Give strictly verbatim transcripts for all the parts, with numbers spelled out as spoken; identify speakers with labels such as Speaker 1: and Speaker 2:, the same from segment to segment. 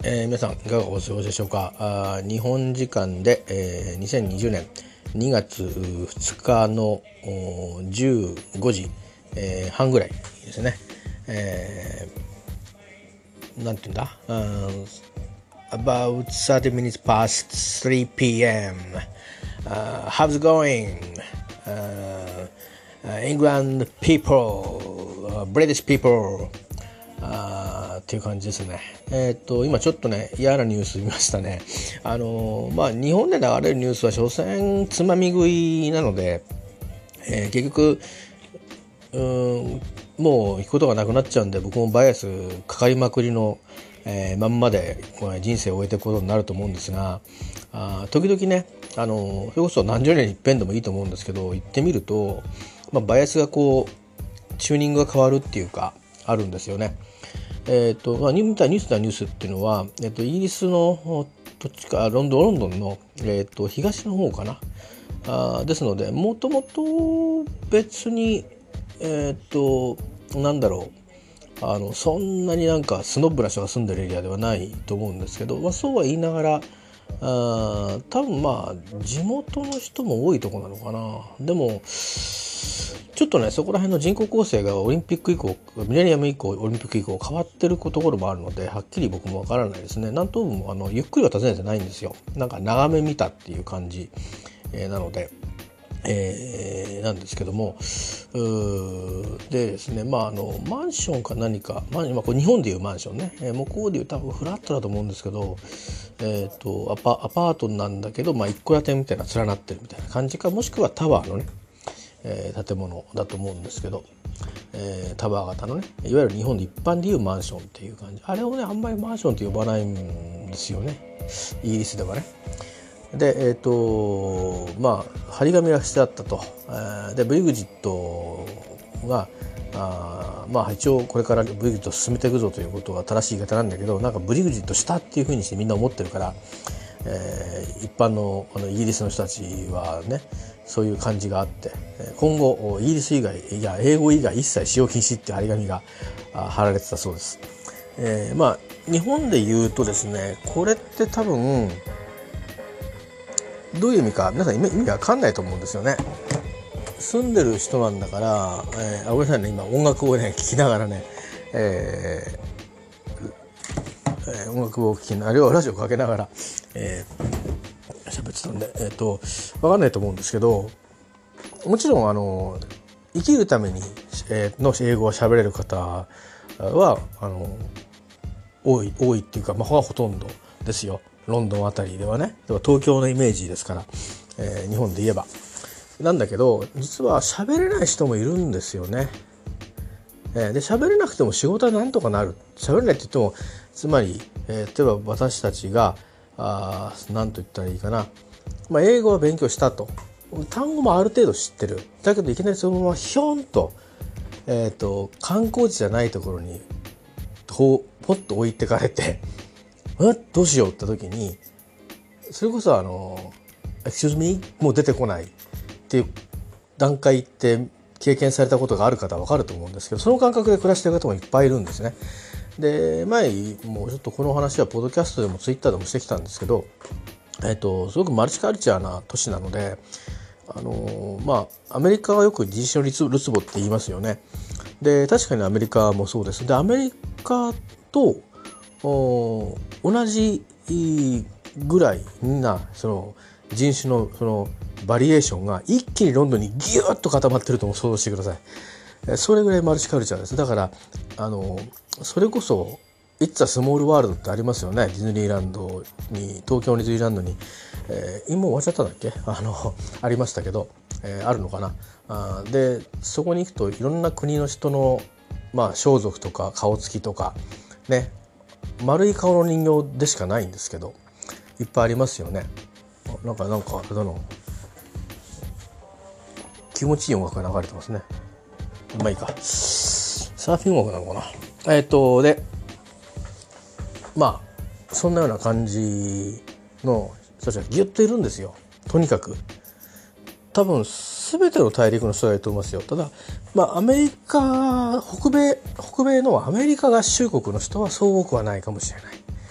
Speaker 1: えー、皆さんいかがお過ごしでしょうか。あ日本時間で、えー、にせんにじゅうねんにがつふつかのじゅうごじ、えー、半ぐらいですね。えー、なんていうんだ、uh, about thirty minutes past three p m Uh, how's it going? Uh, uh, England people, uh, British people.あっていう感じですね。えっと今ちょっとね嫌なニュース見ましたね。あのー、まあ日本で流れるニュースは所詮つまみ食いなので、えー、結局うーんもう行くことがなくなっちゃうんで、僕もバイアスかかりまくりの、えー、まんまで人生を終えていくことになると思うんですが、あ時々ねあのー、それこそ何十年に一遍でもいいと思うんですけど、行ってみると、まあ、バイアスがこうチューニングが変わるっていうかあるんですよね。えーとまあ、ニュースなニュースっていうのは、えー、とイギリスのどっちかロンドンロンドンの、えー、と東の方かなあですので、もともと別にえっ、ー、となんだろうあのそんなになんかスノブな人が住んでるエリアではないと思うんですけど、まあ、そうは言いながらあ多分まあ地元の人も多いとこなのかな。でもちょっとねそこら辺の人口構成がオリンピック以降ミレニアム以降オリンピック以降変わってるところもあるので、はっきり僕もわからないですね。何ともあのゆっくりは訪ねてないんですよ。なんか眺め見たっていう感じ、えー、なので、えー、なんですけども、うでですねまああのマンションか何か、まあ、今これ日本でいうマンションね、えー、向こうでいう多分フラットだと思うんですけど、えー、とアパアパートなんだけど、まあ、一戸建てみたいな連なってるみたいな感じか、もしくはタワーのねえー、建物だと思うんですけど、えー、タワー型のね、いわゆる日本で一般でいうマンションっていう感じ、あれをねあんまりマンションと呼ばないんですよね、イギリスではね。でえっ、ー、とまあ張り紙がしてあったと、えー、でブリグジットがあまあ一応これからブリグジットを進めていくぞということが正しい言い方なんだけど、なんかブリグジットしたっていうふうにしてみんな思ってるから、えー、一般 の, あのイギリスの人たちはねそういう感じがあって、今後イギリス以外いや英語以外一切使用禁止って張り紙が貼られてたそうです。えー、まあ日本で言うとですね、これって多分どういう意味か皆さん意味わかんないと思うんですよね。住んでる人なんだから、えー、あごめんなさいね、今音楽をね聞きながらね、えーえー、音楽を聴きながらラジオをかけながら、えー、喋ってたんで、えー、と分かんないと思うんですけど、もちろんあの生きるために、えー、の英語を喋れる方はあの多い多いっていうか、まあ、ほとんどですよ。ロンドンあたりではね、東京のイメージですから、えー、日本で言えばなんだけど、実は喋れない人もいるんですよね。えー、で喋れなくても仕事はなんとかなる。喋れないって言ってもつまり、えー、例えば私たちがあ何と言ったらいいかな、まあ、英語は勉強したと、単語もある程度知ってる。だけどいきなりそのままひょんと、えーと、観光地じゃないところにポッと置いてかれてえどうしようって時に、それこそあの「Excuse me」もう出てこないっていう段階って経験されたことがある方は分かると思うんですけど、その感覚で暮らしている方もいっぱいいるんですね。で前もうちょっとこの話はポッドキャストでもツイッターでもしてきたんですけど、えーと、すごくマルチカルチャーな都市なので、あのー、まあアメリカはよく人種のるつぼって言いますよね。で確かにアメリカもそうです。でアメリカと同じぐらいなその人種のそのバリエーションが一気にロンドンにギュッと固まってると想像してください。それぐらいマルチカルチャーです。だからあのそれこそ「It's a small world」ってありますよね。ディズニーランドに、東京のディズニーランドに、えー、今終わっちゃったんだっけ、あのありましたけど、えー、あるのかな。あでそこに行くといろんな国の人の、まあ、装束とか顔つきとかね、丸い顔の人形でしかないんですけどいっぱいありますよね。なんかなんかあれだな、気持ちいい音楽が流れてますね。まあいいか、サーフィン音楽なのかな。えっとでまあそんなような感じの人たちがギュッといるんですよ。とにかく多分全ての大陸の人がいると思いますよ。ただまあアメリカ北米北米のアメリカ合衆国の人はそう多くはないかもしれない。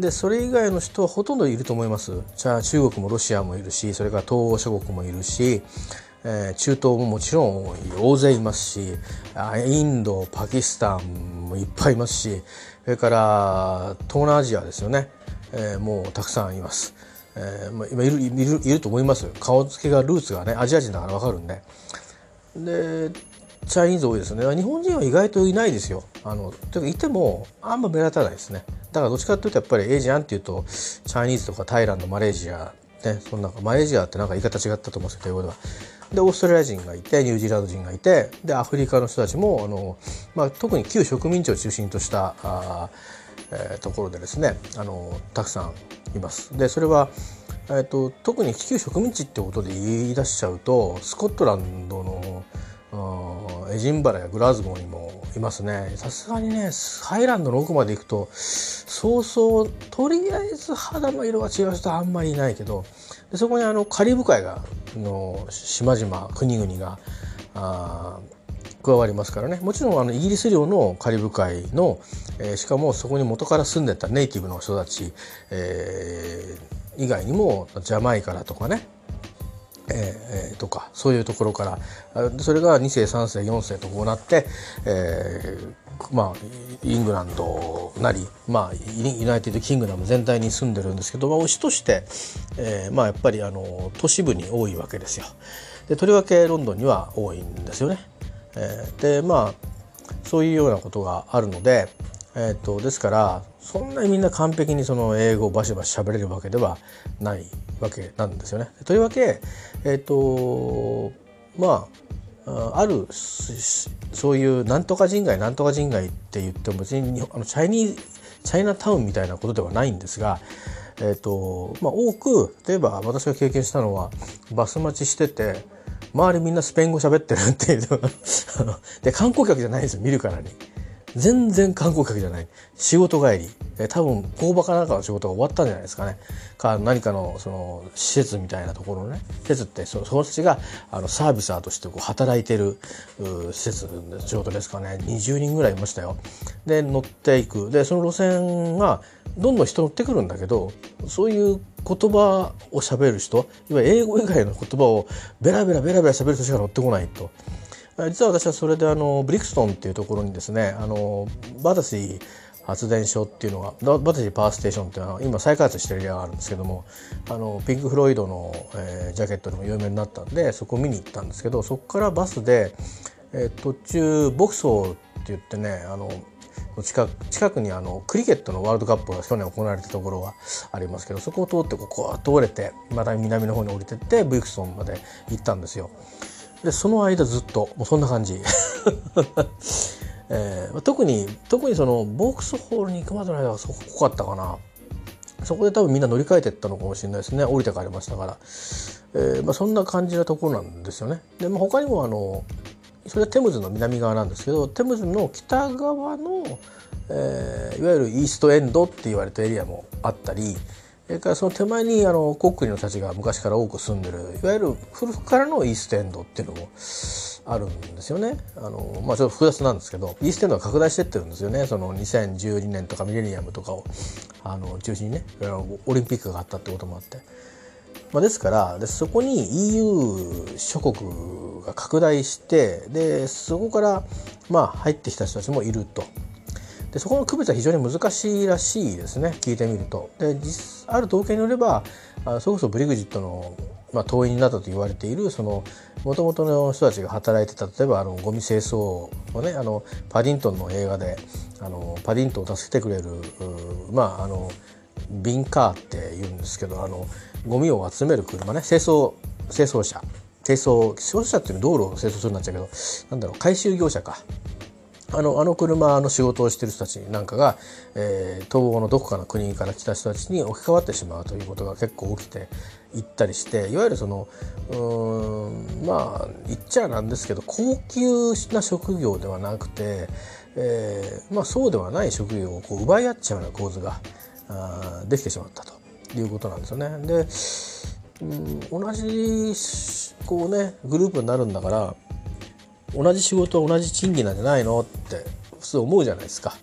Speaker 1: でそれ以外の人はほとんどいると思います。じゃあ中国もロシアもいるし、それから東欧諸国もいるし、えー、中東ももちろん大勢いますし、インドパキスタンもいっぱいいますし、それから東南アジアですよね、えー、もうたくさんいます。えー、今いるいるいると思います。顔つけがルーツがねアジア人だから分かるんで。でチャイニーズ多いですよね。日本人は意外といないですよ。あのというかいてもあんま目立たないですね。だからどっちかというとやっぱりエイジアンっていうとチャイニーズとかタイランドマレーシアね、そんなマレーシアってなんか言い方違ったと思うんですよ、英語では。でオーストラリア人がいて、ニュージーランド人がいて、でアフリカの人たちもあの、まあ、特に旧植民地を中心としたあ、えー、ところでですね、あのたくさんいます。でそれは、えー、と特に旧植民地ってことで言い出しちゃうと、スコットランドのエジンバラやグラスゴーにもいますね。さすがにねハイランドの奥まで行くとそうそうとりあえず肌の色が違う人はあんまりいないけど、でそこにあのカリブ海がの島々国々があ加わりますからね。もちろんあのイギリス領のカリブ海の、えー、しかもそこに元から住んでたネイティブの人たち、えー、以外にもジャマイカだとかね、えー、とかそういうところからそれがに世さん世よん世とこうなって、えー、まあイングランドなり、まあ、ユナイテッドキングダム全体に住んでるんですけど、まあ、推しとして、えーまあ、やっぱりあの都市部に多いわけですよ。でとりわけロンドンには多いんですよね。えー、でまあそういうようなことがあるので、えー、とですからそんなにみんな完璧にその英語をバシバシ喋れるわけではないわけなんですよね。というわけ、えっ、ー、とまああるそういうなんとか人街なんとか人街って言っても別にあのチャイニーチャイナタウンみたいなことではないんですが、えっ、ー、とまあ多く例えば私が経験したのはバス待ちしてて周りみんなスペイン語喋ってるっていうで観光客じゃないですよ、見るからに。全然観光客じゃない、仕事帰り、え多分工場かなんかの仕事が終わったんじゃないですかね。か何かのその施設みたいなところのね、施設ってその人たちがあのサービスーとしてこう働いてる施設の仕事ですかね。にじゅうにんぐらいいましたよ。で乗っていく。でその路線がどんどん人乗ってくるんだけど、そういう言葉を喋る人、いわゆる英語以外の言葉をベラベラベラベラ喋る人しか乗ってこないと。実は私はそれであのブリクストンっていうところにですね、あのバタシー発電所っていうのがバタシーパワーステーションっていうのは今再開発してるエリアがあるんですけども、あのピンク・フロイドの、えー、ジャケットでも有名になったんでそこを見に行ったんですけど、そこからバスで、えー、途中ボクソーって言ってね、あの近く近くにあのクリケットのワールドカップが去年行われたところがありますけど、そこを通ってこうこう通れてまた南の方に降りてってブリクストンまで行ったんですよ。でその間ずっともうそんな感じ、えー、特に特にそのボックスホールに行くまでの間はそこ濃かったかな。そこで多分みんな乗り換えてったのかもしれないですね、降りて帰りましたから、えーまあ、そんな感じなところなんですよね。で、まあ、他にもあのそれはテムズの南側なんですけど、テムズの北側の、えー、いわゆるイーストエンドって言われたエリアもあったり、それからその手前にあのコックリの人たちが昔から多く住んでるいわゆる古くからのイーストエンドっていうのもあるんですよね。あの、まあ、ちょっと複雑なんですけどイーストエンドが拡大してってるんですよね。そのにせんじゅうにねんとかミレニアムとかをあの中心にね、オリンピックがあったってこともあって、まあ、ですからでそこに イーユー 諸国が拡大してでそこからまあ入ってきた人たちもいると。でそこの区別は非常に難しいらしいですね、聞いてみると。で実ある統計によればあそれこそブリグジットの、まあ、党員になったと言われているその元々の人たちが働いてた例えばあのゴミ清掃をね、あのパディントンの映画であのパディントンを助けてくれるまああのビンカーって言うんですけど、あのゴミを集める車ね、清掃清掃車清掃清掃車っていうのは道路を清掃するんなっちゃうけど、なんだろう回収業者か。あのあの車の仕事をしている人たちなんかが、えー、東欧のどこかの国から来た人たちに置き換わってしまうということが結構起きていったりして、いわゆるそのうーんまあ言っちゃなんですけど高級な職業ではなくて、えーまあ、そうではない職業をこう奪い合っちゃうような構図があできてしまったということなんですよね。で、うん、同じこうねグループになるんだから同じ仕事は同じ賃金なんじゃないのって普通思うじゃないですか。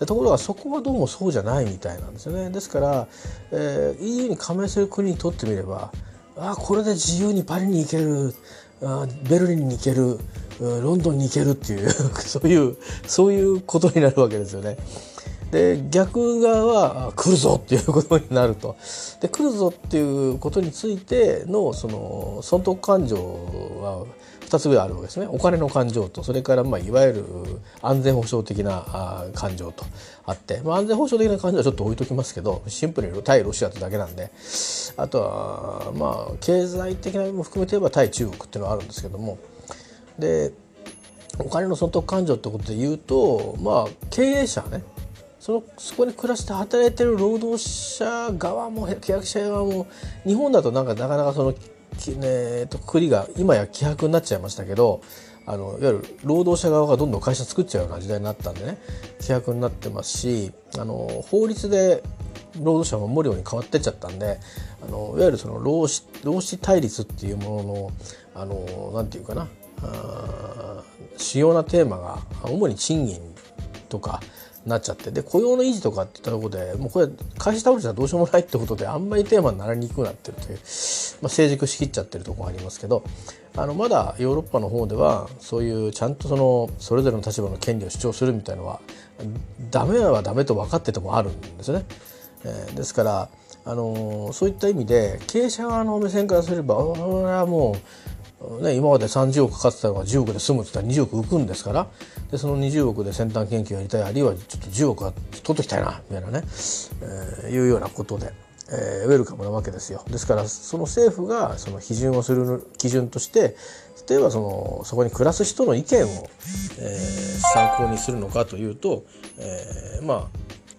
Speaker 1: ところがそこはどうもそうじゃないみたいなんですよね。ですから、えー、イーユー に加盟する国にとってみれば、あこれで自由にパリに行ける、あベルリンに行ける、ロンドンに行けるっていうそういうそういうことになるわけですよね。で逆側は来るぞっていうことになると。で来るぞっていうことについてのその損得感情はふたつぐらいあるわけですね。お金の感情と、それからまあいわゆる安全保障的な感情とあって、まあ、安全保障的な感情はちょっと置いときますけど、シンプルに対ロシアってだけなんで、あとはまあ経済的な意味も含めて言えば対中国っていうのはあるんですけども、でお金の損得感情ってことで言うと、まあ経営者ね、そのそこに暮らして働いてる労働者側も契約者側も、日本だとなんかなかなかそのえー、と国が今や希薄になっちゃいましたけど、あのいわゆる労働者側がどんどん会社作っちゃうような時代になったんでね、希薄になってますし、あの法律で労働者を守るように変わってっちゃったんで、あのいわゆるその労使労使対立っていうもののあのなんていうかな、あ主要なテーマが主に賃金とかなっちゃって、で雇用の維持とかっていったところでもうこれ会社倒れちゃどうしようもないってことで、あんまりテーマになりにくくなってるという、まあ、成熟しきっちゃってるところがありますけど、あのまだヨーロッパの方ではそういうちゃんとそのそれぞれの立場の権利を主張するみたいなのはダメはダメと分かっててもあるんですね。えー、ですから、あのー、そういった意味で経営者側の目線からすれば、これはもうね、今までさんじゅうおくかかってたのがじゅうおくで済むって言ったらにじゅうおく浮くんですから、でそのにじゅうおくで先端研究やりたい、あるいはちょっとじゅうおくは取っときたいなみたいなね、えー、いうようなことで、えー、ウェルカムなわけですよ。ですからその政府がその批准をする基準として、例えばそのそこに暮らす人の意見を、えー、参考にするのかというと、えー、まあ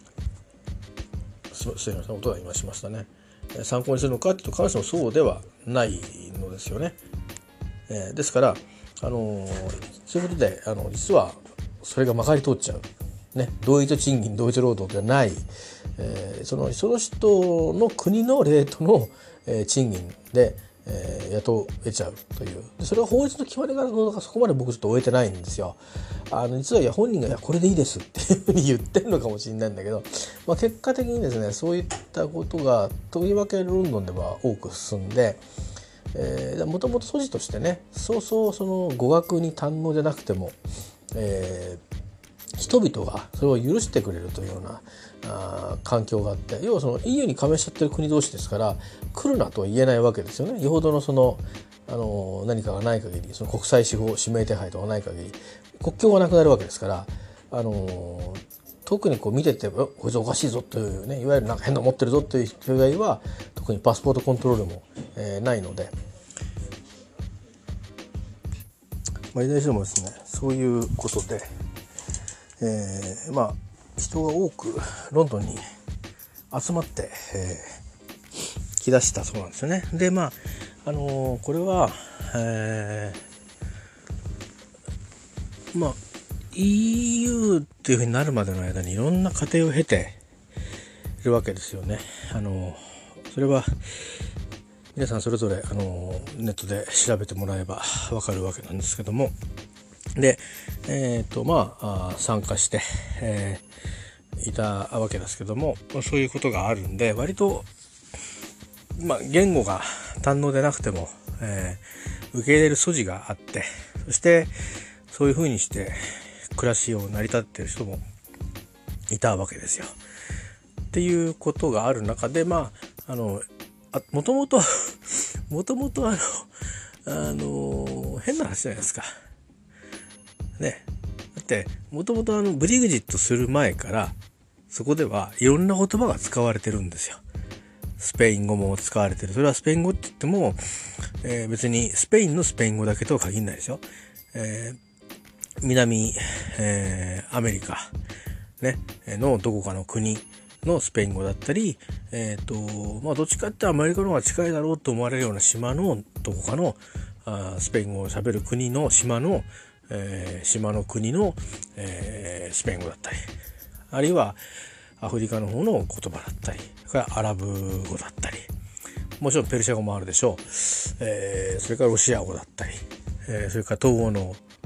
Speaker 1: すすいません、音が今しましたね。参考にするのかというと必ずしもそうではないのですよね。えー、ですから、あのー、そういうことであの実はそれがまかり通っちゃう、ね、同一賃金同一労働ではない、えー、そのその人の国のレートの、えー、賃金で、えー、雇えちゃうという、でそれは法律の決まりがあるのか、そこまで僕ちょっと終えてないんですよ。あの実はいや本人がいやこれでいいですっていうふうに言ってるのかもしれないんだけど、まあ、結果的にですね、そういったことがとりわけロンドンでは多く進んで、えー、もともと素地としてね、そうそうその語学に堪能じゃなくても、えー、人々がそれを許してくれるというようなあ環境があって、要はその イーユー に加盟しちゃってる国同士ですから来るなとは言えないわけですよね。よほどのそのあの何かがない限り、その国際司法指名手配とかない限り国境がなくなるわけですから、あの特にこう見ててこいつおかしいぞというね、いわゆるなんか変な持ってるぞという人以外は特にパスポートコントロールも、えー、ないので、まあ、いずれにしてもですね、そういうことで、えー、まあ人が多くロンドンに集まって、えー、来だしたそうなんですよね。でまああのー、これは、えー、まあ イーユー っていう風になるまでの間にいろんな過程を経ているわけですよね。あのー、それは皆さんそれぞれあのネットで調べてもらえばわかるわけなんですけども、でえっ、ー、とまあ参加して、えー、いたわけですけども、そういうことがあるんで、割とまあ言語が堪能でなくても、えー、受け入れる素地があって、そしてそういうふうにして暮らしを成り立っている人もいたわけですよ。っていうことがある中で、まああのもともともともとあのあの変な話じゃないですかね。だってもともとあのブリグジットする前からそこではいろんな言葉が使われてるんですよ。スペイン語も使われてる。それはスペイン語って言っても、えー、別にスペインのスペイン語だけとは限らないですよ。えー、南、えー、アメリカ、ね、のどこかの国のスペイン語だったり、えーとまあ、どっちかってアメリカの方が近いだろうと思われるような島のどこかのあスペイン語を喋る国の島の、えー、島の国の、えー、スペイン語だったり、あるいはアフリカの方の言葉だったり、それからアラブ語だったり、もちろんペルシャ語もあるでしょう、えー、それからロシア語だったり、えー、それから東欧の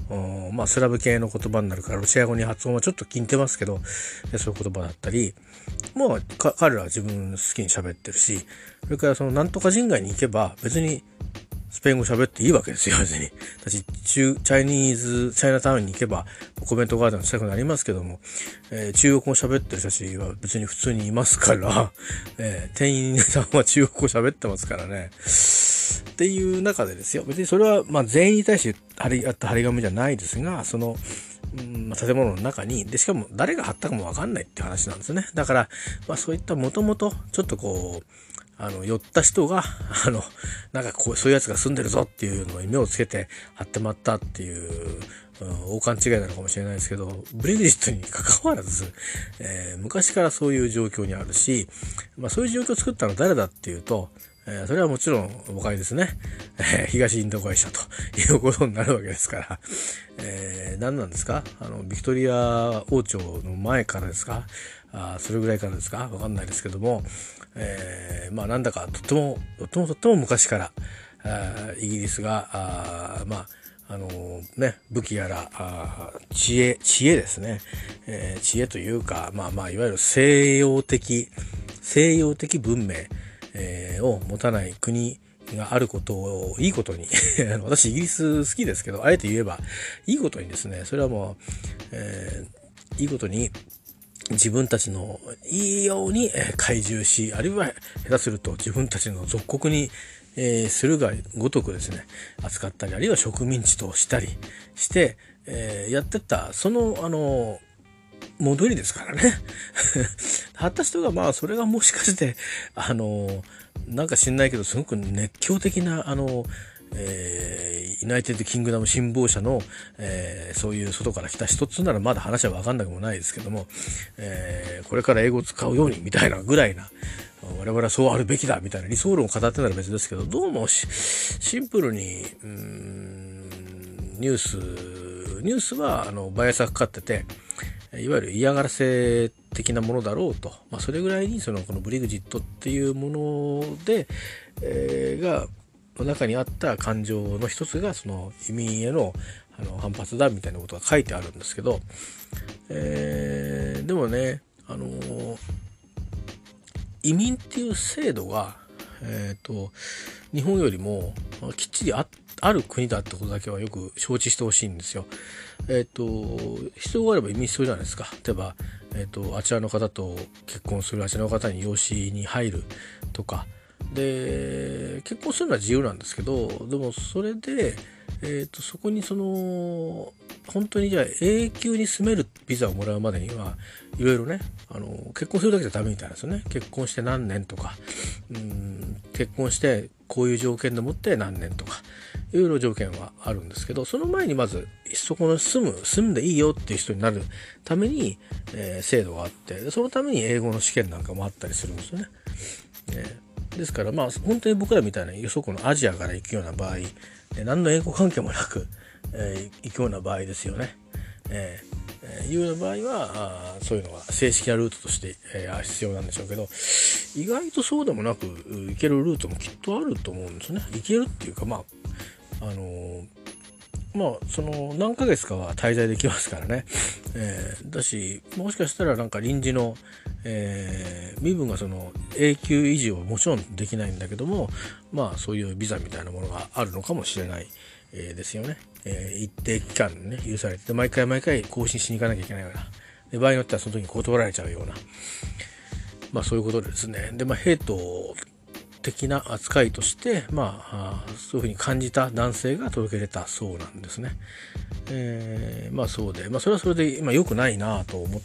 Speaker 1: まあスラブ系の言葉になるからロシア語に発音はちょっと似てますけど、そういう言葉だったり、まあか彼らは自分好きに喋ってるし、それからそのなんとか人街に行けば別にスペイン語喋っていいわけですよ、別に。私、中、チャイニーズ、チャイナタウンに行けば、コメントガーデンしたくなりますけども、えー、中国語喋ってる人たちは別に普通にいますから、えー、店員さんは中国語喋ってますからね。っていう中でですよ。別にそれは、まあ全員に対して貼り、あった張り紙じゃないですが、その、うんまあ、建物の中に、で、しかも誰が貼ったかもわかんないっていう話なんですね。だから、まあそういったもともと、ちょっとこう、あの、寄った人が、あの、なんかこう、そういうやつが住んでるぞっていうのに目をつけて貼ってまったっていう、うん、大勘違いなのかもしれないですけど、ブレグジットに関わらず、えー、昔からそういう状況にあるし、まあそういう状況を作ったのは誰だっていうと、えー、それはもちろん誤解ですね。えー、東インド会社ということになるわけですから、えー、何なんですか？あの、ビクトリア王朝の前からですか？あそれぐらいからですか？わかんないですけども、えー、まあなんだかとっても、とってもとっても昔から、あイギリスが、あまあ、あのー、ね、武器やら、あ知恵、知恵ですね、えー。知恵というか、まあまあ、いわゆる西洋的、西洋的文明、えー、を持たない国があることをいいことに、私イギリス好きですけど、あえて言えば、いいことにですね、それはもう、えー、いいことに、自分たちのいいように懐柔し、あるいは下手すると自分たちの属国に、えー、するがごとくですね、扱ったり、あるいは植民地としたりして、えー、やってった、その、あの、戻りですからね。貼った人が、まあ、それがもしかして、あの、なんか知んないけど、すごく熱狂的な、あの、えー、ユナイテッドキングダム信奉者の、えー、そういう外から来た一つならまだ話は分かんなくもないですけども、えー、これから英語を使うようにみたいなぐらいな、我々はそうあるべきだみたいな理想論を語ってなら別ですけど、どうもシンプルにうーんニュースニュースはあのバイアスがかかってて、いわゆる嫌がらせ的なものだろうと、まあ、それぐらいにそのこのブリグジットっていうもので、えー、がの中にあった感情の一つがその移民への、あの反発だみたいなことが書いてあるんですけど、えー、でもね、あのー、移民っていう制度が、えーと、日本よりもきっちり あ, ある国だってことだけはよく承知してほしいんですよ。えっ、ー、と必要があれば移民必要じゃないですか。例えば、えーと、あちらの方と結婚する、あちらの方に養子に入るとかで、結婚するのは自由なんですけど、でもそれで、えーと、そこにその本当にじゃあ永久に住めるビザをもらうまでにはいろいろね、あの結婚するだけじゃダメみたいなんですよね。結婚して何年とか、うーん結婚してこういう条件でもって何年とかいろいろ条件はあるんですけど、その前にまずそこの住む住んでいいよっていう人になるために、えー、制度があって、そのために英語の試験なんかもあったりするんですよね。ねですからまあ本当に僕らみたいなよそこのアジアから行くような場合、何の英語関係もなく、えー、行くような場合ですよね。えー、いうような場合はあそういうのが正式なルートとして、えー、必要なんでしょうけど、意外とそうでもなく行けるルートもきっとあると思うんですね。行けるっていうか、まああのー、まあその何ヶ月かは滞在できますからね。えー、だしもしかしたらなんか臨時の、えー、身分がその永久維持をもちろんできないんだけども、まあそういうビザみたいなものがあるのかもしれない、えー、ですよね。えー、一定期間ね許されて毎回毎回更新しに行かなきゃいけないような、で場合によってはその時に断られちゃうような、まあそういうことでですね。でまあヘイト的な扱いとして、まあ、そういうふうに感じた男性が届け出たそうなんですね。えー、まあそうで、まあそれはそれで今良くないなと思って、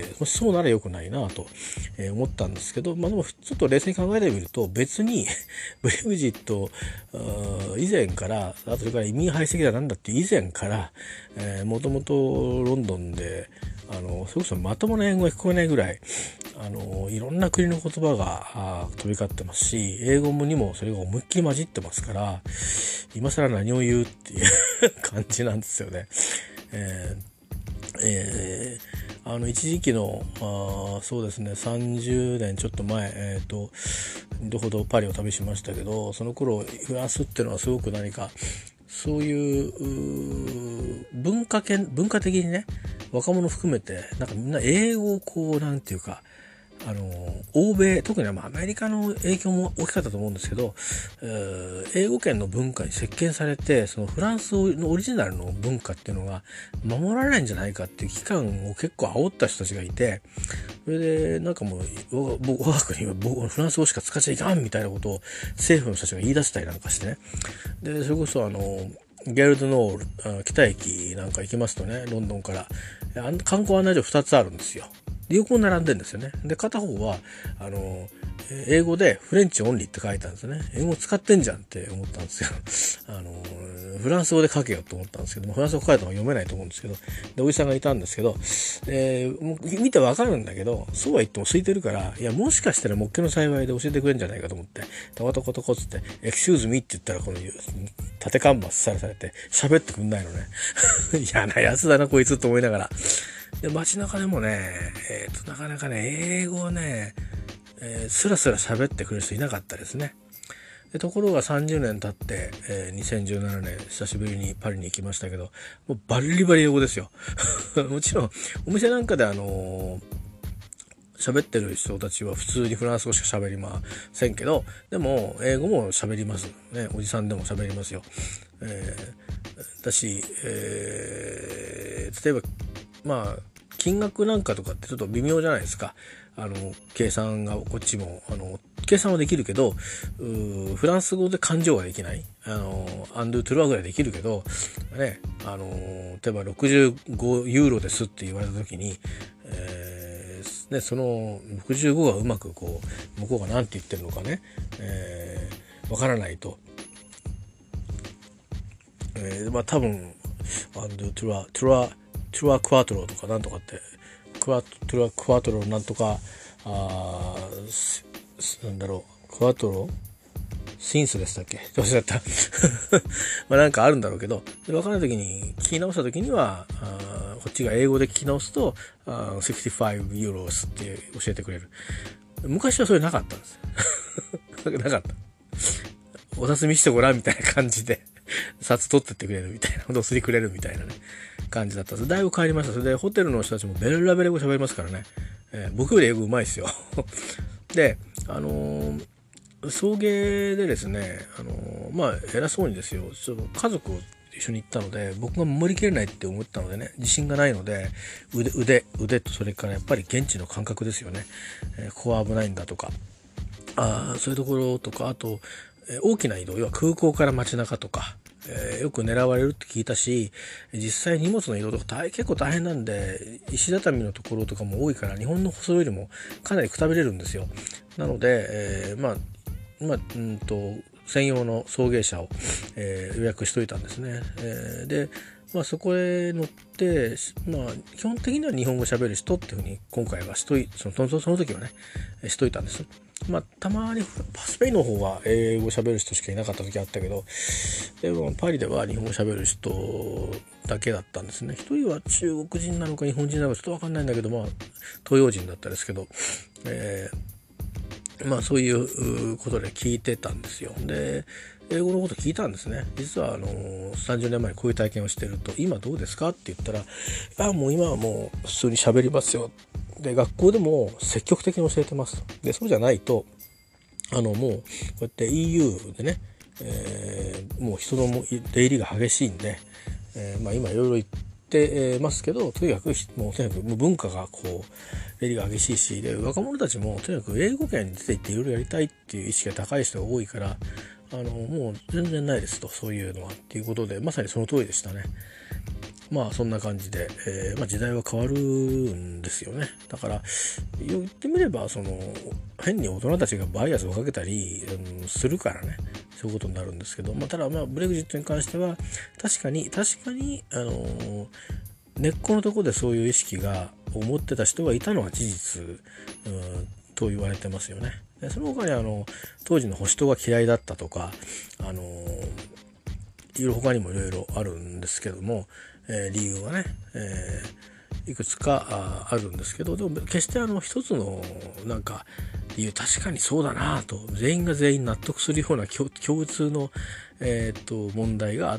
Speaker 1: もしそうなら良くないなと思ったんですけど、まあでもちょっと冷静に考えてみると、別にブレグジット以前から、あとそれから移民排斥だなんだって以前から、えー、もともとロンドンで、あのそれこそまともな英語が聞こえないぐらい、あのいろんな国の言葉が飛び交ってますし、英語にもそれが思いっきり混じってますから、今更何を言うっていう感じなんですよね。えーえー、あの一時期のあそうですねさんじゅうねんちょっと前、えーと、どほどパリを旅しましたけど、その頃フランスっていうのはすごく何かそういう文化圏文化的にね、若者含めてなんかみんな英語をこうなんていうか、あの欧米、特にアメリカの影響も大きかったと思うんですけど、えー、英語圏の文化に席巻されて、そのフランスのオリジナルの文化っていうのが守られないんじゃないかっていう期間を結構煽った人たちがいて、それでなんかもう我が国はフランス語しか使っちゃいかんみたいなことを政府の人たちが言い出したりなんかしてね。でそれこそあのゲールドノール北駅なんか行きますとね、ロンドンから観光案内所ふたつあるんですよ。横に並んでんですよね。で片方はあの英語でフレンチオンリーって書いたんですよね。英語使ってんじゃんって思ったんですよ。あのフランス語で書けよと思ったんですけども、フランス語書いたのが読めないと思うんですけど、でおじさんがいたんですけど、えー、見てわかるんだけど、そうは言っても空いてるから、いやもしかしたらもっけの幸いで教えてくれるんじゃないかと思って、タコトコトコっつってエクシューズミって言ったらこの縦看板されて喋ってくんないのね。嫌なやつだなこいつと思いながら。で街中でもね、えー、となかなかね英語をね、えー、スラスラ喋ってくれる人いなかったですね。でところがさんじゅうねん経って、えー、にせんじゅうななねん久しぶりにパリに行きましたけど、もうバリバリ英語ですよ。もちろんお店なんかであのー、喋ってる人たちは普通にフランス語しか喋りませんけど、でも英語も喋りますね。おじさんでも喋りますよ。えー、だし、えー、例えばまあ金額なんかとかってちょっと微妙じゃないですか。あの計算がこっちもあの計算はできるけど、フランス語で勘定はできない。あのアンドゥトゥルワぐらいできるけどね、あの例えばろくじゅうごユーロですって言われた時に、えーね、そのろくじゅうごがうまくこう向こうが何て言ってるのかね、えー、わからないと、えー、まあ多分アンドゥトゥラトゥラトゥラクワトロとかなんとかってクワトゥラクワトロなんとかあなんだろうクワトロシンスでしたっけどうしちゃったまあなんかあるんだろうけど、分からない時に聞き直した時にはあこっちが英語で聞き直すとあろくじゅうごユーロスって教えてくれる。昔はそれなかったんですなかった。お札見してごらんみたいな感じで札取ってってくれるみたいな、どすりくれるみたいなね感じだったんです。だいぶ変わりました。それでホテルの人たちもベラベラ語喋りますからね、えー、僕より英語うまいですよであのー、送迎でですね、あのー、まあ偉そうにですよ、ちょっと家族を一緒に行ったので僕が守りきれないって思ったのでね、自信がないので腕腕腕とそれからやっぱり現地の感覚ですよね、えー、ここは危ないんだとか、あそういうところとか、あと、えー、大きな移動、要は空港から街中とか、えー、よく狙われるって聞いたし、実際荷物の移動とか大結構大変なんで、石畳のところとかも多いから日本の舗装よりもかなりくたびれるんですよ。なので、えー、まあまあうんと専用の送迎車を、えー、予約しといたんですね。えー、で、まあ、そこへ乗って、まあ、基本的には日本語喋る人っていうふうに今回はしといそのその時はねしといたんです。まあ、たまにスペインの方は英語喋る人しかいなかった時あったけど、でもパリでは日本語喋る人だけだったんですね。一人は中国人なのか日本人なのかちょっと分かんないんだけど、まあ東洋人だったですけど、えー、まあそういうことで聞いてたんですよ。で英語のこと聞いたんですね。実はあのさんじゅうねんまえにこういう体験をしてると、今どうですかって言ったら、あもう今はもう普通に喋りますよ。で学校でも積極的に教えてますと。でそうじゃないとあのもうこうやって イーユー でね、えー、もう人の出入りが激しいんで、えー、まあ今いろいろ言ってますけど、とにかくもうとにかくもう文化がこう出入りが激しいし、で若者たちもとにかく英語圏に出て行っていろいろやりたいっていう意識が高い人が多いから、あのもう全然ないですと、そういうのはっていうことで、まさにその通りでしたね。まあそんな感じで、えーまあ、時代は変わるんですよね。だから言ってみればその変に大人たちがバイアスをかけたり、うん、するからね、そういうことになるんですけど、まあ、ただまあブレグジットに関しては確かに確かにあのー、根っこのところでそういう意識が思ってた人がいたのは事実、うん、と言われてますよね。でその他にあの当時の保守党が嫌いだったとか、あのー、いろいろ他にもいろいろあるんですけども、えー、理由はね、えいくつか あ, あるんですけど、でも決してあの一つのなんか理由確かにそうだなと全員が全員納得するような共通の、えー、と問題があった、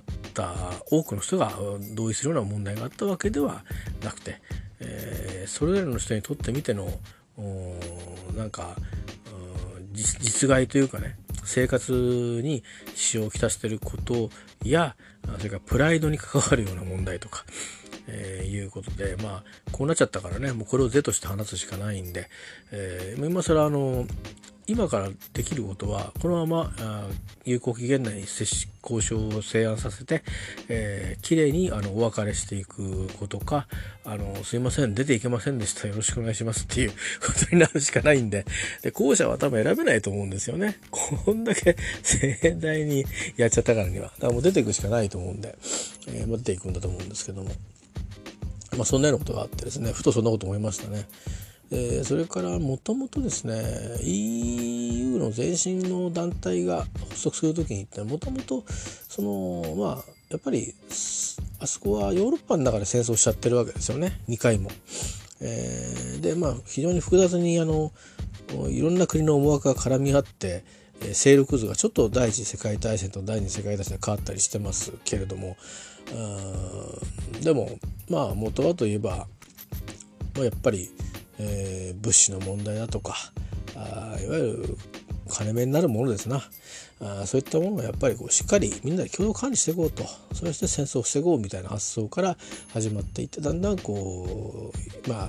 Speaker 1: 多くの人が同意するような問題があったわけではなくて、えー、それぞれの人にとってみてのなんか実害というかね、生活に支障をきたしていることや、それからプライドに関わるような問題とか、えー、いうことで、まあこうなっちゃったからね、もうこれを是として話すしかないんで、えー、今更あの今からできることはこのままあ有効期限内に接種交渉を成案させて、えー、きれいにあのお別れしていくことか、あのすいません出ていけませんでしたよろしくお願いしますっていうことになるしかないんで、で後者は多分選べないと思うんですよね。こんだけ盛大にやっちゃったからには、だからもう出ていくしかないと思うんで、えー、出ていくんだと思うんですけども、まあそんなようなことがあってですね、ふとそんなこと思いましたね。えー、それからもともとですね イーユー の前身の団体が発足するときにってもともとそのまあやっぱりあそこはヨーロッパの中で戦争しちゃってるわけですよね、にかいも。えー、でまあ非常に複雑にあのいろんな国の思惑が絡み合って、えー、勢力図がちょっと第一次世界大戦と第二次世界大戦で変わったりしてますけれども、でもまあ元はといえば、まあ、やっぱりえー、物資の問題だとか、あいわゆる金目になるものですな、あそういったものをやっぱりこうしっかりみんなで共同管理していこうと、そして戦争を防ごうみたいな発想から始まっていって、だんだんこうまあ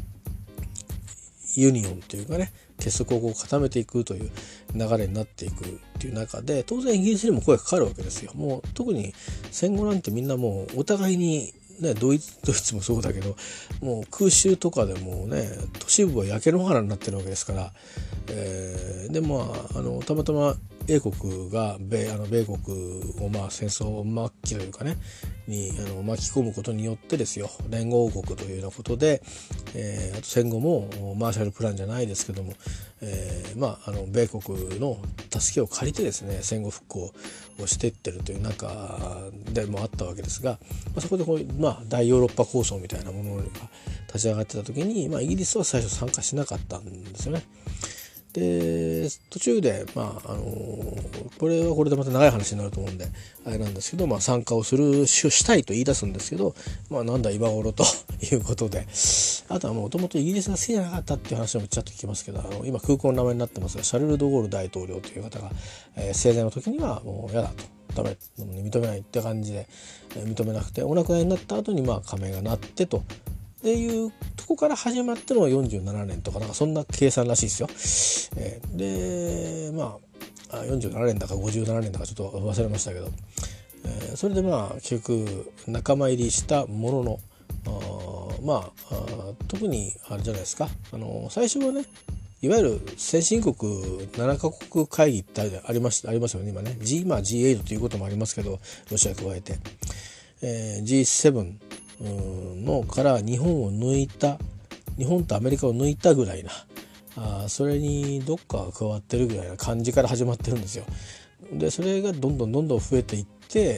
Speaker 1: ユニオンというかね、結束をこう固めていくという流れになっていくっていう中で、当然イギリスにも声がかかるわけですよ。もう特に戦後なんてみんなもうお互いにね、ドイツ、ドイツもそうだけど、もう空襲とかでもね都市部は焼け野原になってるわけですから、えー、でまああのたまたま英国が米あの米国をまあ戦争末期というかねにあの巻き込むことによってですよ、連合王国というようなことで、えー、あと戦後もマーシャルプランじゃないですけども、えー、まああの米国の助けを借りてですね戦後復興をしていってるという中でもあったわけですが、まあ、そこでこう、まあ、大ヨーロッパ構想みたいなものが立ち上がってた時に、まあ、イギリスは最初参加しなかったんですよね。で途中で、まああのー、これはこれでまた長い話になると思うんであれなんですけど、まあ、参加をするしたいと言い出すんですけど、まあ、なんだ今頃ということで、あとはもともとイギリスが好きじゃなかったっていう話もちょっと聞きますけど、あの今空港の名前になってますがシャルル・ド・ゴール大統領という方が、えー、生前の時にはもう嫌だとダメ認めないって感じで、えー、認めなくて、お亡くなりになった後にまあ加盟がなってと。っていうとこから始まってのがよんじゅうななねんとかなんかそんな計算らしいですよ。えー、でまあよんじゅうななねんだかごじゅうななねんだかちょっと忘れましたけど、えー、それでまあ結局仲間入りしたもののあまああ特にあれじゃないですか、あの最初はねいわゆる先進国ななカ国会議ってありましたありますよね今ね、G まあ ジーエイト ということもありますけどロシア加えて、えー、ジーセブンのから日本を抜いた日本とアメリカを抜いたぐらいなあそれにどっかが加わってるぐらいな感じから始まってるんですよ。でそれがどんどんどんどん増えていって、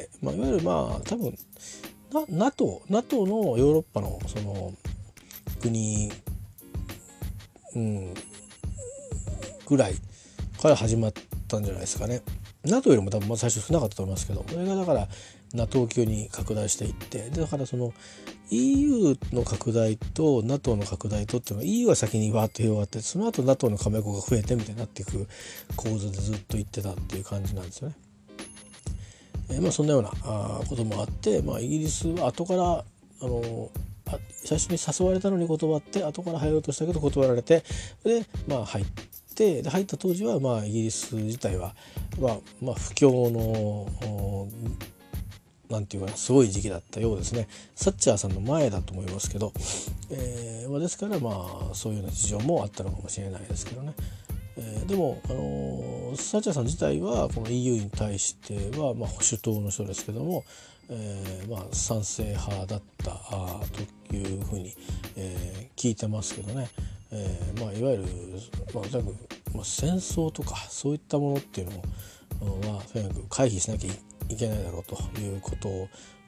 Speaker 1: まあ、いわゆるまあ多分な NATO, NATO のヨーロッパのその国、うん、ぐらいから始まったんじゃないですかね。 NATO よりも多分まあ最初少なかったと思いますけど、これがだからNATO 級に拡大していって、でだからその イーユー の拡大と NATO の拡大とっていうのは イーユー は先にわーっと広がって、その後 NATO の加盟国が増えてみたいになっていく構図でずっといってたっていう感じなんですよね。えー、まあそんなようなあこともあって、まあ、イギリスは後からあのあ最初に誘われたのに断って後から入ろうとしたけど断られて、でまあ入ってで入った当時はまあイギリス自体は、まあ、まあ不況のなんていうかなすごい時期だったようですね。サッチャーさんの前だと思いますけど、えーまあ、ですからまあそういうような事情もあったのかもしれないですけどね。えー、でも、あのー、サッチャーさん自体はこの イーユー に対しては、まあ、保守党の人ですけども、えーまあ、賛成派だったあというふうに、えー、聞いてますけどね。えーまあ、いわゆる、まあ、とにかく、まあ、戦争とかそういったものっていうのはとにかく回避しなきゃいけないだろうということ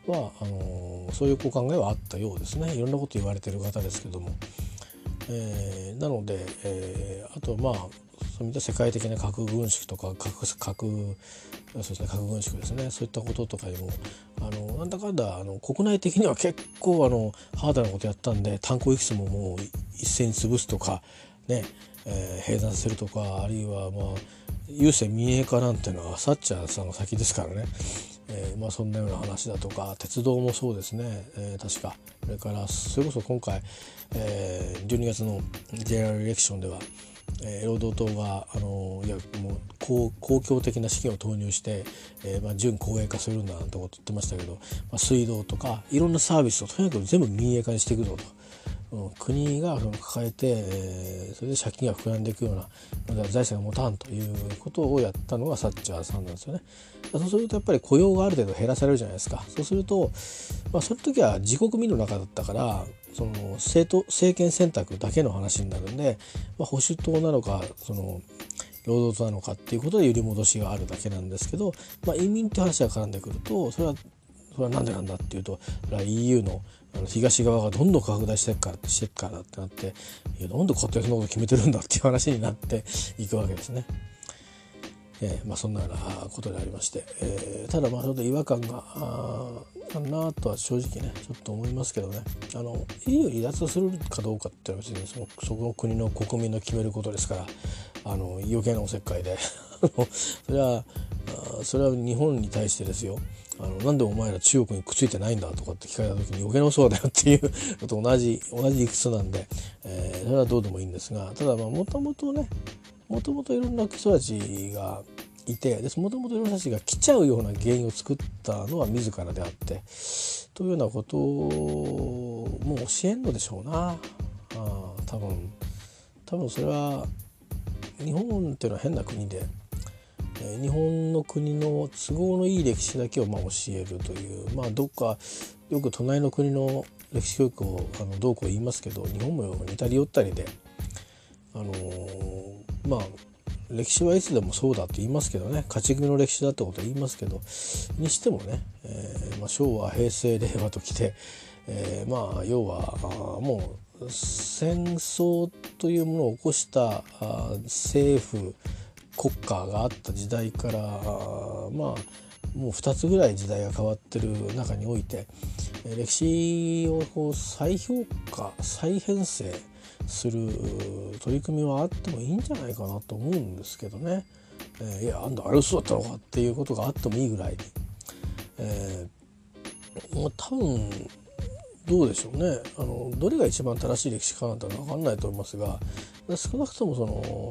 Speaker 1: はあのそういうお考えはあったようですね。いろんなこと言われてる方ですけども、えー、なので、えー、あとまあそういった世界的な核軍縮とか核核そうですね、核軍縮ですね、そういったこととかにもあのなんだかんだあの国内的には結構あのハードなことやったんで、炭鉱エキスももう一斉に潰すとかね、えー、閉山させるとか、あるいはまあ郵政民営化なんていうのはサッチャーさんの先ですからね、えーまあ、そんなような話だとか、鉄道もそうですね、えー、確かそれからそれこそ今回、えー、じゅうにがつの ジェネラルエレクションでは、えー、労働党があのいやもう 公, 公共的な資金を投入して、えーまあ、準公営化するんだなんてこと言ってましたけど、まあ、水道とかいろんなサービスをとにかく全部民営化にしていくぞと。うん、国がその抱えて、えー、それで借金が膨らんでいくような財政が持たんということをやったのがサッチャーさんなんですよね。そうするとやっぱり雇用がある程度減らされるじゃないですか。そうすると、まあ、その時は自国民の中だったからその 政, 党政権選択だけの話になるんで、まあ、保守党なのかその労働党なのかっていうことで揺り戻しがあるだけなんですけど、まあ、移民って話が絡んでくるとそれはそれはなんでなんだっていうと、それは イーユー のあの東側がどんどん拡大していくからってしていくからってなって、いやなんで勝手にそんなこと決めてるんだっていう話になっていくわけですね。えーまあ、そんなようなことでありまして、えー、ただまあちょっと違和感がああるなとは正直ねちょっと思いますけどね。あの イーユー 離脱するかどうかっていうのは別にそのそこの国の国民の決めることですから、あの余計なおせっかいでそれはそれは日本に対してですよ。あのなんでお前ら中国にくっついてないんだとかって聞かれた時に余計なそうだよっていうのと同じ同じ理屈なんで、えー、それはどうでもいいんですが、ただまあもともとねもともといろんな人たちがいて、もともといろんな人たちが来ちゃうような原因を作ったのは自らであってというようなことをもう教えんのでしょうな。あ多分多分それは日本っていうのは変な国で、えー、日本の国の都合のいい歴史だけをまあ教えるという、まあどっかよく隣の国の歴史教育をあのどうこう言いますけど、日本も似たり寄ったりで、あのー、まあ歴史はいつでもそうだと言いますけどね、勝ち組の歴史だってことは言いますけど、にしてもね、えーまあ、昭和平成令和ときて、えー、まあ要はもう戦争というものを起こした政府国家があった時代からまあもうふたつぐらい時代が変わってる中において、歴史をこう再評価再編成する取り組みはあってもいいんじゃないかなと思うんですけどね。えー、いやあんだあれ嘘だったのかっていうことがあってもいいぐらいに、えー、まあ、多分どうでしょうね。あのどれが一番正しい歴史かなんて分かんないと思いますが、少なくともその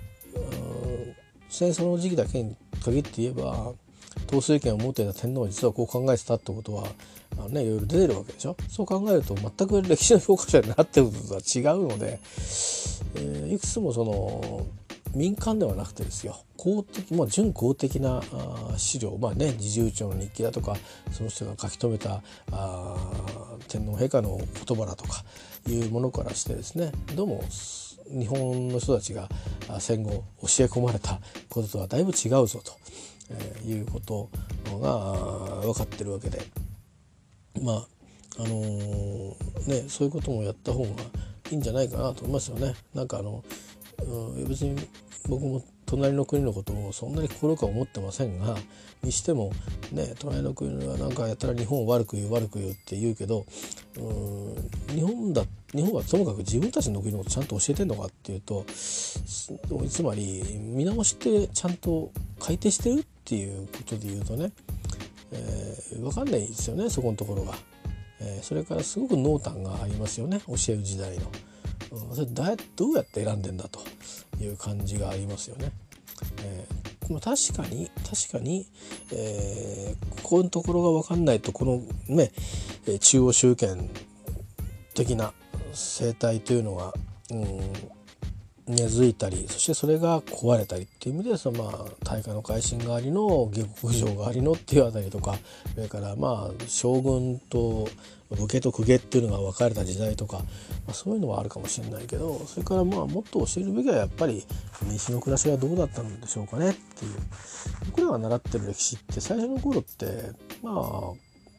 Speaker 1: 戦争の時期だけに限って言えば統制権を持っていた天皇は実はこう考えてたってことはあの、ね、いろいろ出てるわけでしょ。そう考えると全く歴史の教科書になってることとは違うので、えー、いくつもその民間ではなくてですよ、公的、まあ、準公的な資料、まあね、侍従長の日記だとかその人が書き留めたあ天皇陛下の言葉だとかいうものからしてですね、どうも日本の人たちが戦後教え込まれたこととはだいぶ違うぞと、えー、いうことが分かってるわけで、まああのー、ねそういうこともやった方がいいんじゃないかなと思いますよね。なんかあの、うん、別に僕も隣の国のことをそんなに心から思ってませんが、にしてもね隣の国はなんかやったら日本を悪く言う悪く言うって言うけど、うーん日本だ日本はともかく自分たちの国のことちゃんと教えてんのかっていうと、つまり見直してちゃんと改定してるっていうことで言うとね、えー、分かんないですよねそこのところが、えー、それからすごく濃淡がありますよね教える時代の、うん、それだどうやって選んでんだという感じがありますよね。えー、まあ、確かに確かに、えー、ここのところが分かんないとこのね中央集権的な生態というのが、うん、根付いたり、そしてそれが壊れたりっていう意味ではその、まあ、大化の改新がありの下克上がありのっていうあたりとか、それからまあ将軍と武家と公家っていうのが分かれた時代とか、まあ、そういうのはあるかもしれないけど、それからまあもっと教えるべきはやっぱり民主の暮らしはどうだったんでしょうかねっていう。僕らが習ってる歴史って最初の頃ってまあ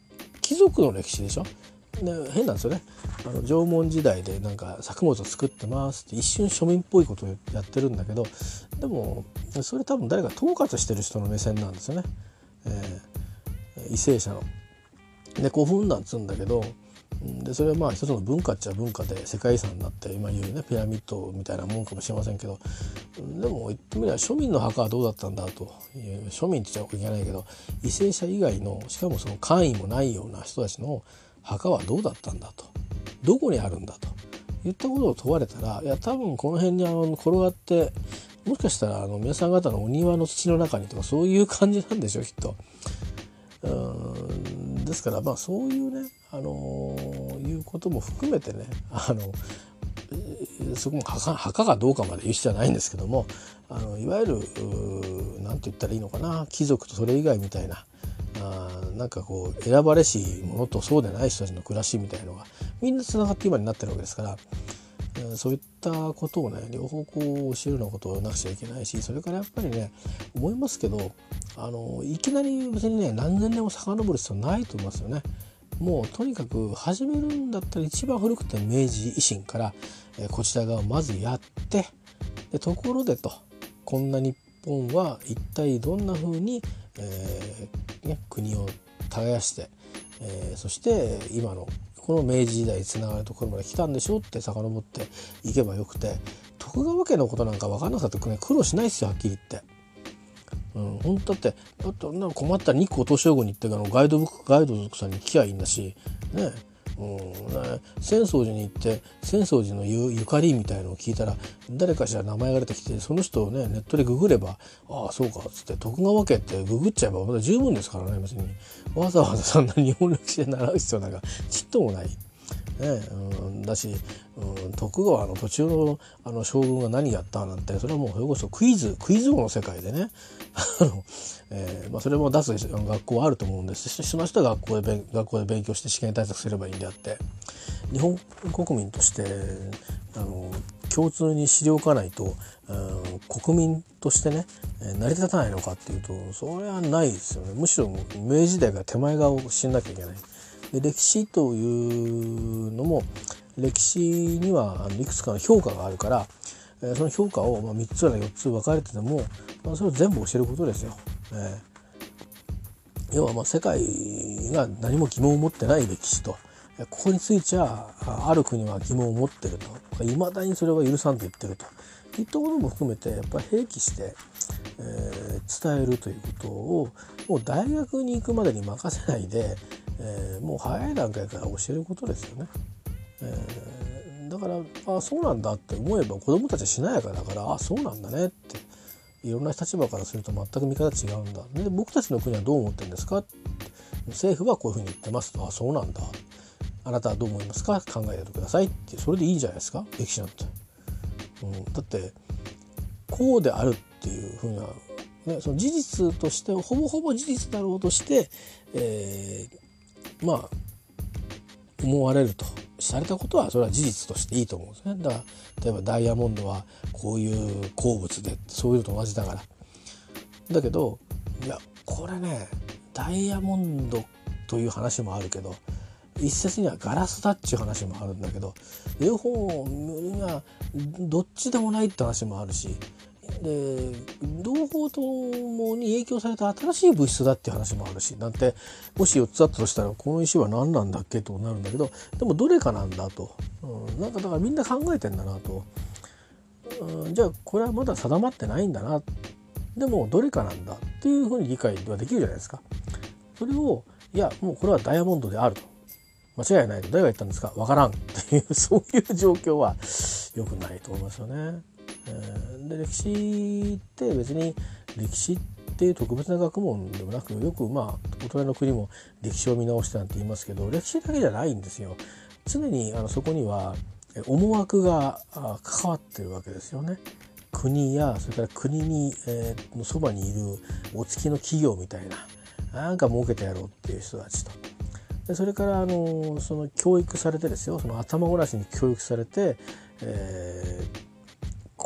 Speaker 1: 貴族の歴史でしょ。で変なんですよね。あの縄文時代でなんか作物を作ってますって一瞬庶民っぽいことをやってるんだけど、でもそれ多分誰か統括してる人の目線なんですよね、えー、為政者の。で古墳なんつうんだけど、でそれはまあ一つの文化っちゃ文化で世界遺産になって今言うねピラミッドみたいなもんかもしれませんけど、でも言ってみれば庶民の墓はどうだったんだという、庶民って言っちゃいけないけど為政者以外のしかもその官位もないような人たちの墓はどうだったんだと、どこにあるんだといったことを問われたら、いや多分この辺にあの転がってもしかしたらあの皆さん方のお庭の土の中にとかそういう感じなんでしょうきっと。うーんですからまあそういうね、あのー、いうことも含めてね、あのそこも 墓, 墓がどうかまで言う必要はないんですけども、あのいわゆる何て言ったらいいのかな、貴族とそれ以外みたいな、あなんかこう選ばれし者とそうでない人たちの暮らしみたいのがみんなつながって今になってるわけですから、そういったことをね両方こう教えるようなことをなくちゃいけないし、それからやっぱりね思いますけど、あのいきなり別にね何千年も遡る必要ないと思いますよね。もうとにかく始めるんだったら一番古くて明治維新から、えー、こちら側をまずやって、でところでとこんな日本は一体どんな風に、えーね、国を耕して、えー、そして今のこの明治時代につながるところまで来たんでしょって遡っていけばよくて、徳川家のことなんか分かんなかったら苦労しないですよはっきり言って。うん、本当だってだってなんか困ったら日光東照宮に行ってあのガイドブックガイドブックさんに聞きゃいいんだしね。うんね、浅草寺に行って浅草寺の ゆ, ゆかりみたいのを聞いたら誰かしら名前が出てきて、その人をねネットでググればああそうかっつって徳川家ってググっちゃえばまだ十分ですからね。別にわざわざそんな日本歴史で習う必要なんかちっともない。ねうん、だし、うん、徳川の途中 の, あの将軍が何やったなんてそれはもうそれこそクイズクイズ王の世界でねあの、えーまあ、それも出す学校はあると思うんです。その人は学校で学校で勉強して試験対策すればいいんであって、日本国民としてあの共通に知りおかないと、うん、国民としてね成り立たないのかっていうとそれはないですよね。むしろ明治時代が手前側を知んなきゃいけない。で歴史というのも歴史にはいくつかの評価があるから、その評価をまあみっつやよっつ分かれてても、まあ、それを全部教えることですよ。えー、要はまあ世界が何も疑問を持ってない歴史と、ここについてはある国は疑問を持ってると、いまだにそれは許さんと言ってるといったことも含めてやっぱり併記して、えー、伝えるということをもう大学に行くまでに任せないで、えー、もう早い段階から教えることですよね。えー、だからあそうなんだって思えば子どもたちはしなやかだから、あそうなんだねっていろんな立場からすると全く見方違うんだ。で僕たちの国はどう思ってるんですか、政府はこういうふうに言ってますと、あそうなんだ、あなたはどう思いますか、考えてくださいって、それでいいじゃないですか歴史なんて。うん、だってこうであるっていうふうな、ね、その事実としてほぼほぼ事実だろうとして、えー、まあ思われるとされたことはそれは事実としていいと思うんですね。だから例えばダイヤモンドはこういう鉱物でそういうのと同じだから。だけどいやこれねダイヤモンドという話もあるけど、一説にはガラスだっていう話もあるんだけど、両方にはどっちでもないって話もあるし、で両方ともに影響された新しい物質だっていう話もあるしなんて、もしよっつあったとしたらこの石は何なんだっけとなるんだけど、でもどれかなんだと、うん、なんかだからみんな考えてんだなと、うん、じゃあこれはまだ定まってないんだな、でもどれかなんだっていうふうに理解はできるじゃないですか。それをいやもうこれはダイヤモンドであると、間違いないと誰が言ったんですかわからんっていうそういう状況は良くないと思いますよね。えー、で歴史って別に歴史っていう特別な学問でもなく、よくまあお隣の国も歴史を見直してなんて言いますけど、歴史だけじゃないんですよ。常にあのそこには思惑が関わってるわけですよね。国やそれから国に、えー、のそばにいるお付きの企業みたいな、なんか儲けてやろうっていう人たちと、でそれからあのその教育されてですよ、その頭ごなしに教育されて、えー、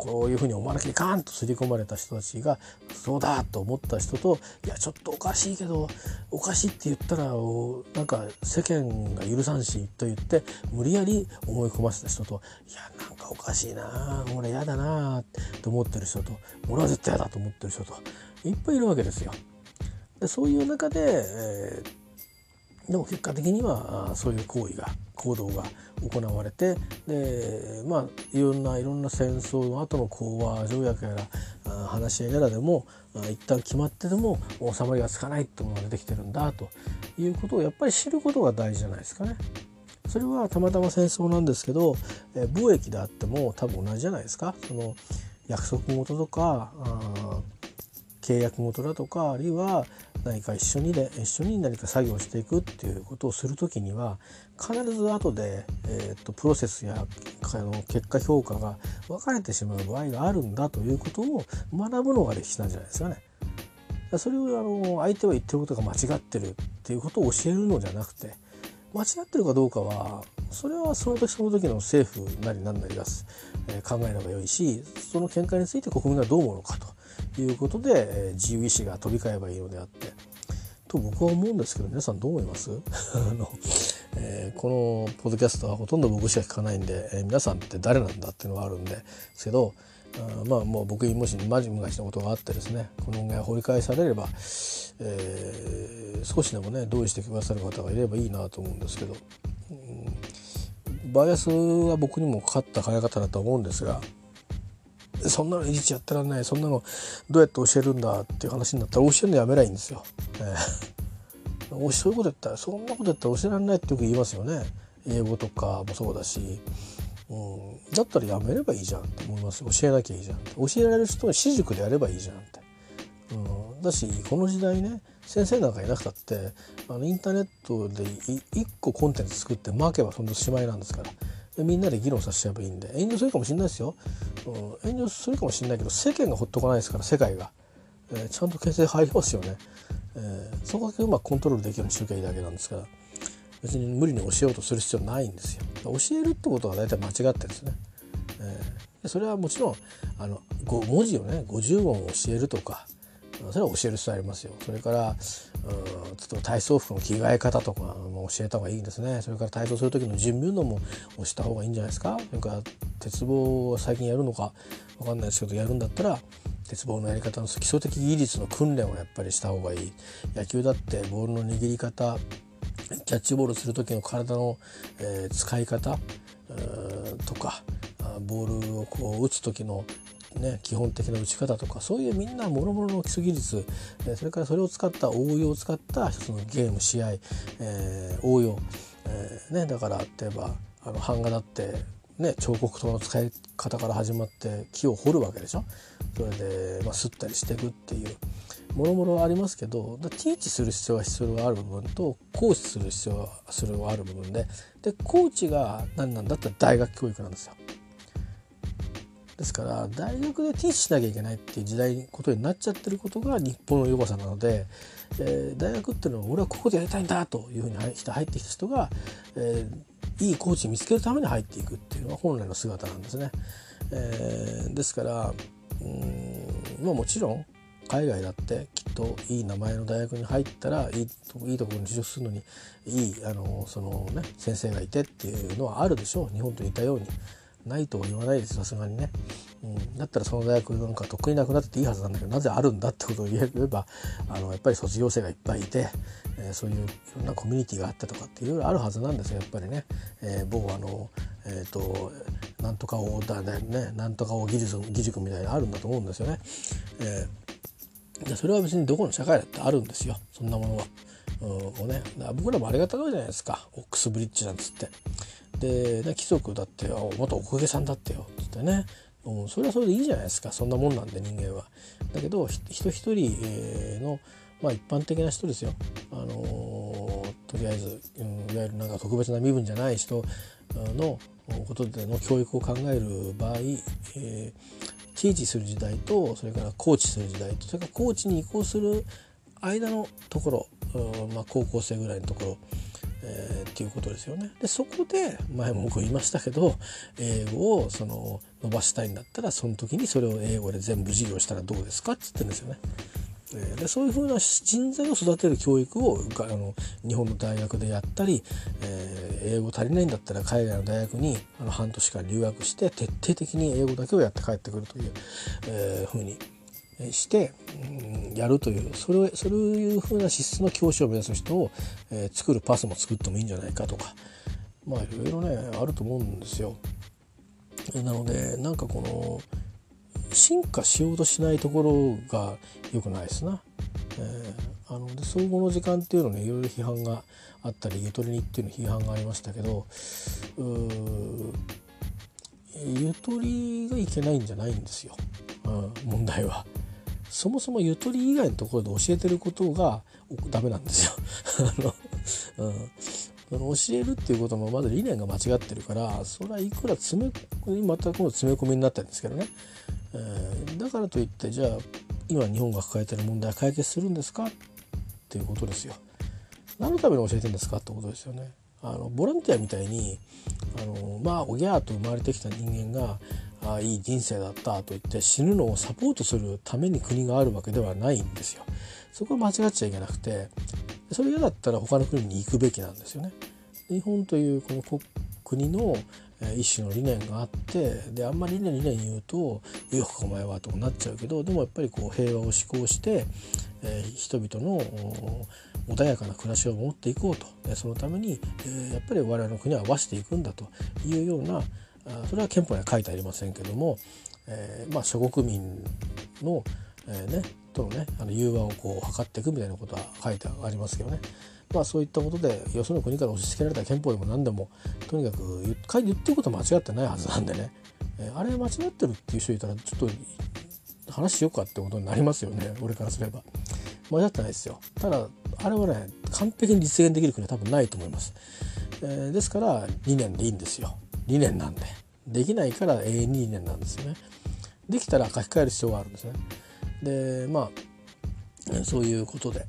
Speaker 1: こういうふうに思わなきゃいかんと刷り込まれた人たちがそうだと思った人と、いやちょっとおかしいけどおかしいって言ったらなんか世間が許さんしと言って無理やり思い込ませた人と、いやなんかおかしいな俺やだなと思ってる人と、俺は絶対やだと思ってる人といっぱいいるわけですよ。でそういう中で、えー、でも結果的にはそういう行為が行動が行われて、でまあいろんないろんな戦争の後の講和条約やら話し合いやらでも一旦決まってでも収まりがつかないってものが出てきてるんだということをやっぱり知ることが大事じゃないですかね。それはたまたま戦争なんですけど、えー、貿易であっても多分同じじゃないですか。その約束事とかあ契約事だとか、あるいは何か一緒にで一緒に何か作業していくっていうことをするときには必ず後で、えー、とプロセスやあの結果評価が分かれてしまう場合があるんだということを学ぶのが歴史なんじゃないですかね。それをあの相手は言ってることが間違ってるっていうことを教えるのじゃなくて、間違ってるかどうかはそれはその時その時の政府なり何なりが、えー、考えればよいし、その見解について国民がどう思うのかということで、えー、自由意志が飛び交えばいいのであってと僕は思うんですけど、皆さんどう思いますあの、えー、このポッドキャストはほとんど僕しか聞かないんで、えー、皆さんって誰なんだっていうのはあるんですけど、あまあもう僕にもしマジムガチなことがあってですね、この音源が掘り返されれば、えー、少しでもね同意してくださる方がいればいいなと思うんですけど、うん、バイアスは僕にもかかった考え方だと思うんですが、そんなのいちいちやってらんない、そんなのどうやって教えるんだっていう話になったら教えるのやめりゃいいんですよ、えー、そういうこと言ったらそんなこと言ったら教えられないってよく言いますよね。英語とかもそうだし、うん、だったらやめればいいじゃんって思います。教えなきゃいいじゃんって、教えられる人は私塾でやればいいじゃんって、うん、だしこの時代ね先生なんかいなくたってあのインターネットでいっこコンテンツ作って負けばそんなしまいなんですから、でみんなで議論させちゃえばいいんで、遠慮するかもしれないですよ、うん、遠慮するかもしれないけど世間がほっとかないですから、世界が、えー、ちゃんと形成入りますよね、えー、そこだけうまくコントロールできるようにしときゃいいだけなんですから、別に無理に教えようとする必要ないんですよ。教えるってことは大体間違ってるんですね、えー、でそれはもちろんあの文字をねごじゅうおん教えるとかそれは教える必要ありますよ。それからうんちょっと体操服の着替え方とかも教えた方がいいんですね。それから体操する時の準備運動も教えた方がいいんじゃないですか。それから鉄棒を最近やるのか分かんないですけど、やるんだったら鉄棒のやり方の基礎的技術の訓練をやっぱりした方がいい。野球だってボールの握り方、キャッチボールする時の体の、えー、使い方とか、ボールをこう打つ時のね、基本的な打ち方とか、そういうみんな諸々の基礎技術、それからそれを使った応用を使った一つのゲーム試合、えー、応用、えーね、だから例えばあの版画だって、ね、彫刻刀の使い方から始まって木を彫るわけでしょ。それで、まあ、すったりしていくっていうもろもろありますけど、ティーチする必要は必要がある部分とコーチする必要はそれはある部分で、でコーチが何なんだったら大学教育なんですよ。ですから大学でティーチしなきゃいけないっていう時代ことになっちゃってることが日本の良さなので、えー、大学っていうのは俺はここでやりたいんだというふうに入ってきた人が、えー、いいコーチを見つけるために入っていくっていうのが本来の姿なんですね。えー、ですからうーん、まあ、もちろん海外だってきっといい名前の大学に入ったらいいと、いいところに就職するのにいいあのその、ね、先生がいてっていうのはあるでしょう。日本と似たようにないとは言わないです、さすがにね、うん、だったらその大学なんか得意なくなってていいはずなんだけど、なぜあるんだってことを言えばあのやっぱり卒業生がいっぱいいて、えー、そういういろんなコミュニティがあったとかっていろいろあるはずなんですよ、やっぱりね、えー、某あのえっ、ー、となんとかをだねなんとかを技術技術みたいなのあるんだと思うんですよね、えー、でそれは別にどこの社会だってあるんですよ、そんなものは。うん、ね、僕らもありがたいじゃないですか、オックスブリッジなんつってで、ね、貴族だってよ、元お公家さんだってよつってね、うん、それはそれでいいじゃないですか、そんなもんなんで人間は。だけど人一人の、まあ、一般的な人ですよ、あのー、とりあえず、うん、いわゆるなんか特別な身分じゃない人のことでの教育を考える場合、えー、ティーチする時代とそれからコーチする時代とそれからコーチに移行する間のところ、うん、まあ、高校生ぐらいのところ、 えー、っていうことですよね。でそこで前も僕言いましたけど、英語をその伸ばしたいんだったらその時にそれを英語で全部授業したらどうですかって言ってるんですよね。でそういうふうな人材を育てる教育をあの日本の大学でやったり、えー、英語足りないんだったら海外の大学にあの半年間留学して徹底的に英語だけをやって帰ってくるという、えー、ふうにして、うん、やるというそれそういうふうな資質の教師を目指す人を、えー、作るパスも作ってもいいんじゃないかとか、まあいろいろねあると思うんですよ。なのでなんかこの進化しようとしないところが良くないですな。えー、あので総合の時間っていうのねいろいろ批判があったりゆとりにっていうの批判がありましたけど、うゆとりがいけないんじゃないんですよ、うん、問題は。そもそもゆとり以外のところで教えてることがダメなんですよあの、うん、教えるっていうこともまず理念が間違ってるからそれはいくら詰めまた今度詰め込みになってるんですけどね、えー、だからといってじゃあ今日本が抱えてる問題は解決するんですかっていうことですよ。何のために教えてるんですかってことですよね。あのボランティアみたいにあのまあおぎゃーと生まれてきた人間があいい人生だったと言って死ぬのをサポートするために国があるわけではないんですよ。そこは間違っちゃいけなくてそれ嫌だったら他の国に行くべきなんですよね。日本というこの国の一種の理念があってであんまり理念理念言うと「よくお前は」となっちゃうけどでもやっぱりこう平和を志向して、えー、人々の穏やかな暮らしを守っていこうとそのために、えー、やっぱり我々の国は合わせていくんだというようなそれは憲法には書いてありませんけども、えー、まあ諸国民の、えーね、とのねあの融和をこう図っていくみたいなことは書いてありますけどね。まあそういったことでよその国から押し付けられた憲法でも何でもとにかく言, 言ってることは間違ってないはずなんでね、えー、あれ間違ってるっていう人いたらちょっと話しようかってことになりますよね。俺からすれば間違ってないですよ。ただあれはね完璧に実現できる国は多分ないと思います、えー、ですから理念でいいんですよ。理念なんでできないから永遠に理念なんですよね。できたら書き換える必要があるんですね。でまあそういうことで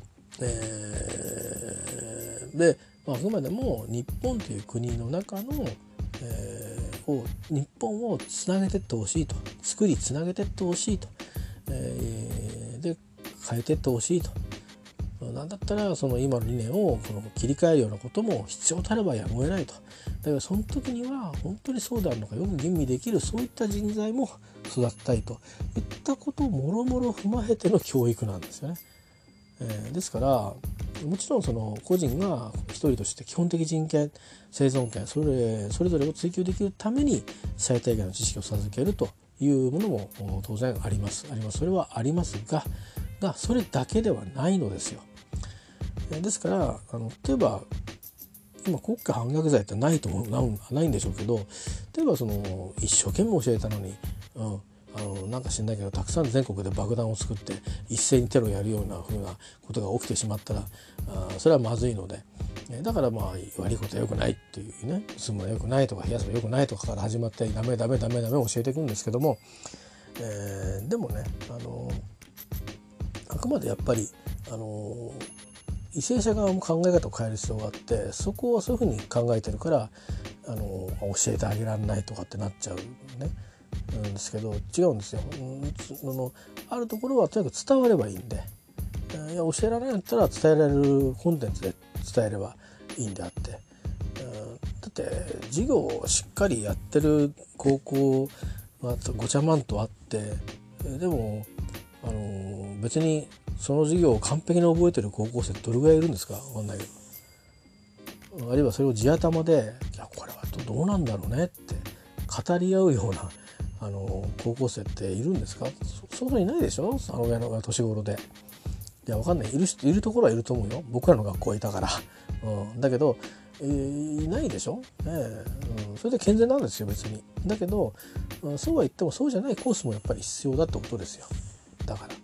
Speaker 1: えー、で、まあ、あくまでも日本という国の中の、えー、を日本をつなげていってほしいと作りつなげていってほしいと、えー、で変えていってほしいとなんだったらその今の理念をこの切り替えるようなことも必要たればやむを得ないと。だからその時には本当にそうであるのかよく吟味できるそういった人材も育てたいといったことをもろもろ踏まえての教育なんですよね。えー、ですからもちろんその個人が一人として基本的人権生存権それそれぞれを追求できるために最低限の知識を授けるというものも当然ありますありますそれはありますががそれだけではないのですよ。えー、ですからあの例えば今国家反逆罪ってないと思うないんでしょうけど例えばその一生懸命教えたのに、うんあのなんか知んないけどたくさん全国で爆弾を作って一斉にテロをやるような風なことが起きてしまったらあそれはまずいのでだからまあ悪いことは良くないっていうね住むのは良くないとか冷やすのは良くないとかから始まってダメダメダメダメ教えていくんですけども、えー、でもねあのあくまでやっぱりあの為政者側も考え方を変える必要があってそこはそういうふうに考えてるからあの教えてあげられないとかってなっちゃうね。なんですけど違うんですよ。そのあるところはとにかく伝わればいいんでいや教えられないんだったら伝えられるコンテンツで伝えればいいんであってだって授業をしっかりやってる高校がごちゃまんとあってでもあの別にその授業を完璧に覚えてる高校生どれぐらいいるんですか分かんないけどあるいはそれを地頭でいやこれはどうなんだろうねって語り合うようなあの高校生っているんですか？そそうそういないでしょあのぐらいの年頃で。いやわかんないいるいるところはいると思うよ僕らの学校はいたから、うん、だけど、えー、いないでしょ、ねうん、それで健全なんですよ別に。だけど、うん、そうは言ってもそうじゃないコースもやっぱり必要だってことですよ。だから、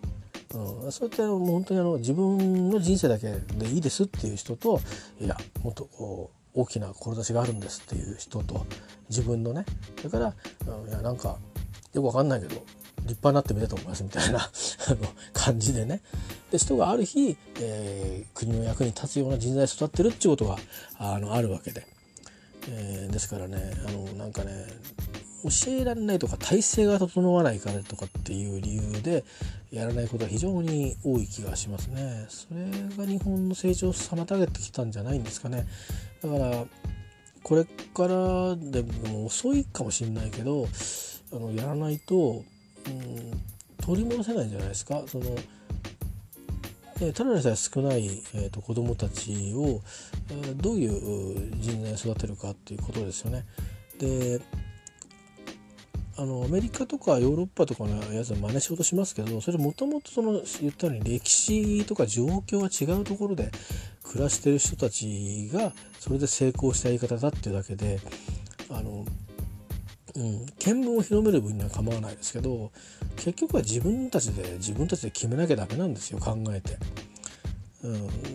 Speaker 1: うん、そうやってもう本当にあの自分の人生だけでいいですっていう人といやもっとこう大きな志があるんですっていう人と自分のねだから、うん、いやなんかよくわかんないけど立派になってみたいと思いますみたいなあの感じでね、で人がある日、えー、国の役に立つような人材を育ってるっていうことがあのあるわけで、えー、ですからね、あのなんかね教えられないとか体制が整わないからとかっていう理由でやらないことが非常に多い気がしますね。それが日本の成長を妨げてきたんじゃないんですかね。だからこれからでも遅いかもしれないけど、あのやらないと、うん、取り戻せないんじゃないですか。そのえー、ただでさえ少ない、えー、と子どもたちを、えー、どういう人材を育てるかっていうことですよね。であのアメリカとかヨーロッパとかのやつは真似しようとしますけど、それもともとその言ったように歴史とか状況が違うところで暮らしてる人たちがそれで成功した言い方だっていうだけで、あの、うん、見聞を広める分には構わないですけど、結局は自分たちで自分たちで決めなきゃダメなんですよ、考えて。うん、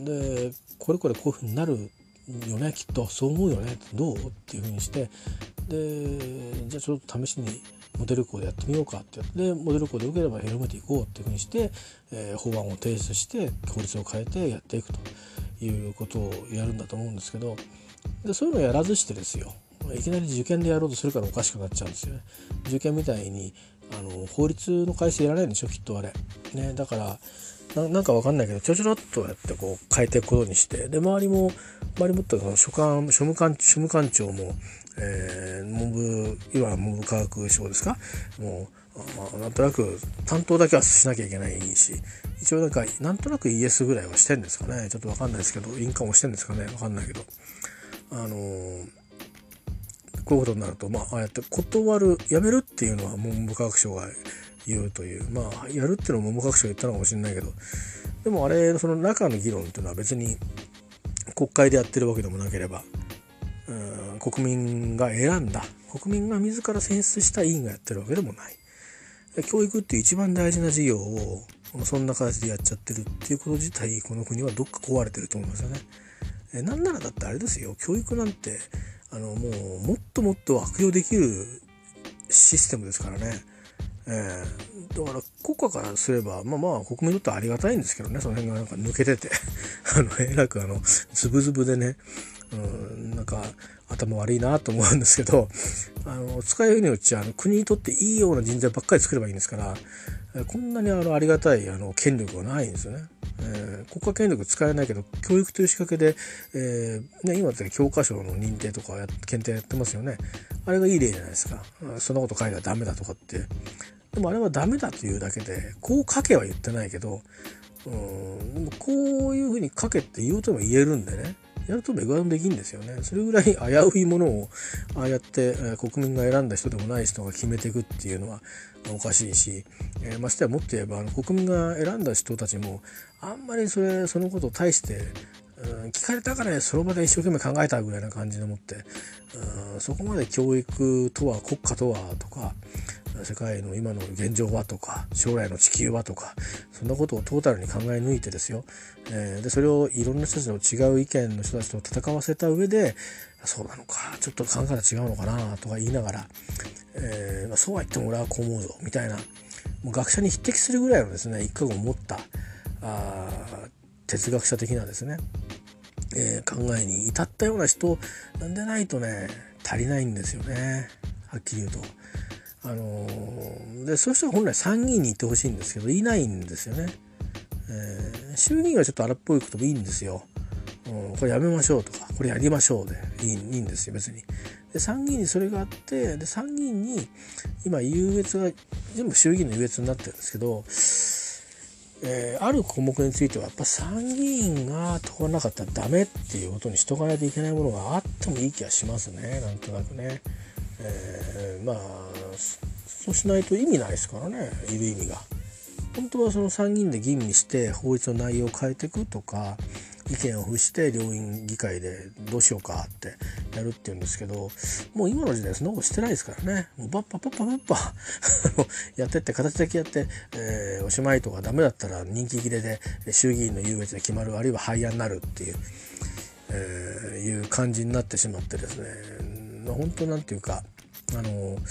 Speaker 1: でこれこれこういうふうになるよね、きっとそう思うよね、どうっていうふうにして、でじゃあちょっと試しにモデル校でやってみようかってやって、モデル校で受ければ広めていこうっていうふうにして、えー、法案を提出して法律を変えてやっていくということをやるんだと思うんですけど、でそういうのをやらずしてですよ、いきなり受験でやろうとするからおかしくなっちゃうんですよね。受験みたいにあの法律の改正やらないんでしょ、きっとあれね。だからな, なんかわかんないけどちょちょろっとやってこう変えていくことにして、で周りも周りもってその所管庶務官庶務官庁も、えー、文部今文部科学省ですか、もう、まあ、なんとなく担当だけはしなきゃいけないし、一応なんかなんとなく イーエス ぐらいはしてんですかね。ちょっとわかんないですけど、印鑑をしてんですかね、わかんないけど、あのー、こういうことになると、まあ、ああやって断るやめるっていうのは文部科学省が言うという、まあやるっていうのも文部科学省が言ったのかもしれないけど、でもあれその中の議論っていうのは別に国会でやってるわけでもなければ、うん、国民が選んだ国民が自ら選出した委員がやってるわけでもない。教育っていう一番大事な事業をそんな形でやっちゃってるっていうこと自体、この国はどっか壊れてると思いますよね。えなんならだってあれですよ、教育なんてあのもうもっともっと悪用できるシステムですからね。えー、だから国家からすればまあまあ国民にとってはありがたいんですけどね、その辺がなんか抜けててあのえらくあのズブズブでね、うん、なんか頭悪いなと思うんですけど、あの使いようによっちゃあの国にとっていいような人材ばっかり作ればいいんですから、こんなにあのありがたいあの権力はないんですよね。えー、国家権力使えないけど教育という仕掛けで、えーね、今って教科書の認定とかや検定やってますよね。あれがいい例じゃないですか。そんなこと書いたらダメだとかって。でもあれはダメだというだけで、こう書けは言ってないけど、うん、でもこういうふうに書けって言うとも言えるんでね、やるともいくらでもできるんですよね。それぐらい危ういものをああやって、えー、国民が選んだ人でもない人が決めていくっていうのはおかしいし、えー、ましてやもっと言えばあの国民が選んだ人たちもあんまりそれそのことを対して、うん、聞かれたからね、その場で一生懸命考えたぐらいな感じでもって、うん、そこまで教育とは国家とはとか世界の今の現状はとか将来の地球はとか、そんなことをトータルに考え抜いてですよ、えー、でそれをいろんな人たちの違う意見の人たちと戦わせた上で、そうなのか、ちょっと考え方違うのかなとか言いながら、えーまあ、そうは言っても俺はこう思うぞみたいな、もう学者に匹敵するぐらいのですね一覚を持ったあ哲学者的なですね、えー、考えに至ったような人なんでないとね足りないんですよね、はっきり言うと。あのー、でそういう人は本来参議院に行ってほしいんですけどいないんですよね。えー、衆議院はちょっと荒っぽいこともいいんですよ、うん、これやめましょうとかこれやりましょうでいい、いいんですよ別に。で参議院にそれがあって、で参議院に今優越が全部衆議院の優越になってるんですけど、えー、ある項目についてはやっぱ参議院が通らなかったらダメっていうことにしとかないといけないものがあってもいい気がしますね、なんとなくね。えー、まあそうしないと意味ないですからね、いる意味が。本当はその参議院で吟味して法律の内容を変えていくとか、意見を付して両院議会でどうしようかってやるっていうんですけど、もう今の時代そんなことしてないですからね。もうバッパパッパパッパやってって形だけやって、えー、おしまいとか、ダメだったら人気切れで衆議院の優越で決まる、あるいは廃案になるっていう、えー、いう感じになってしまってですね、本当なんていうか、あの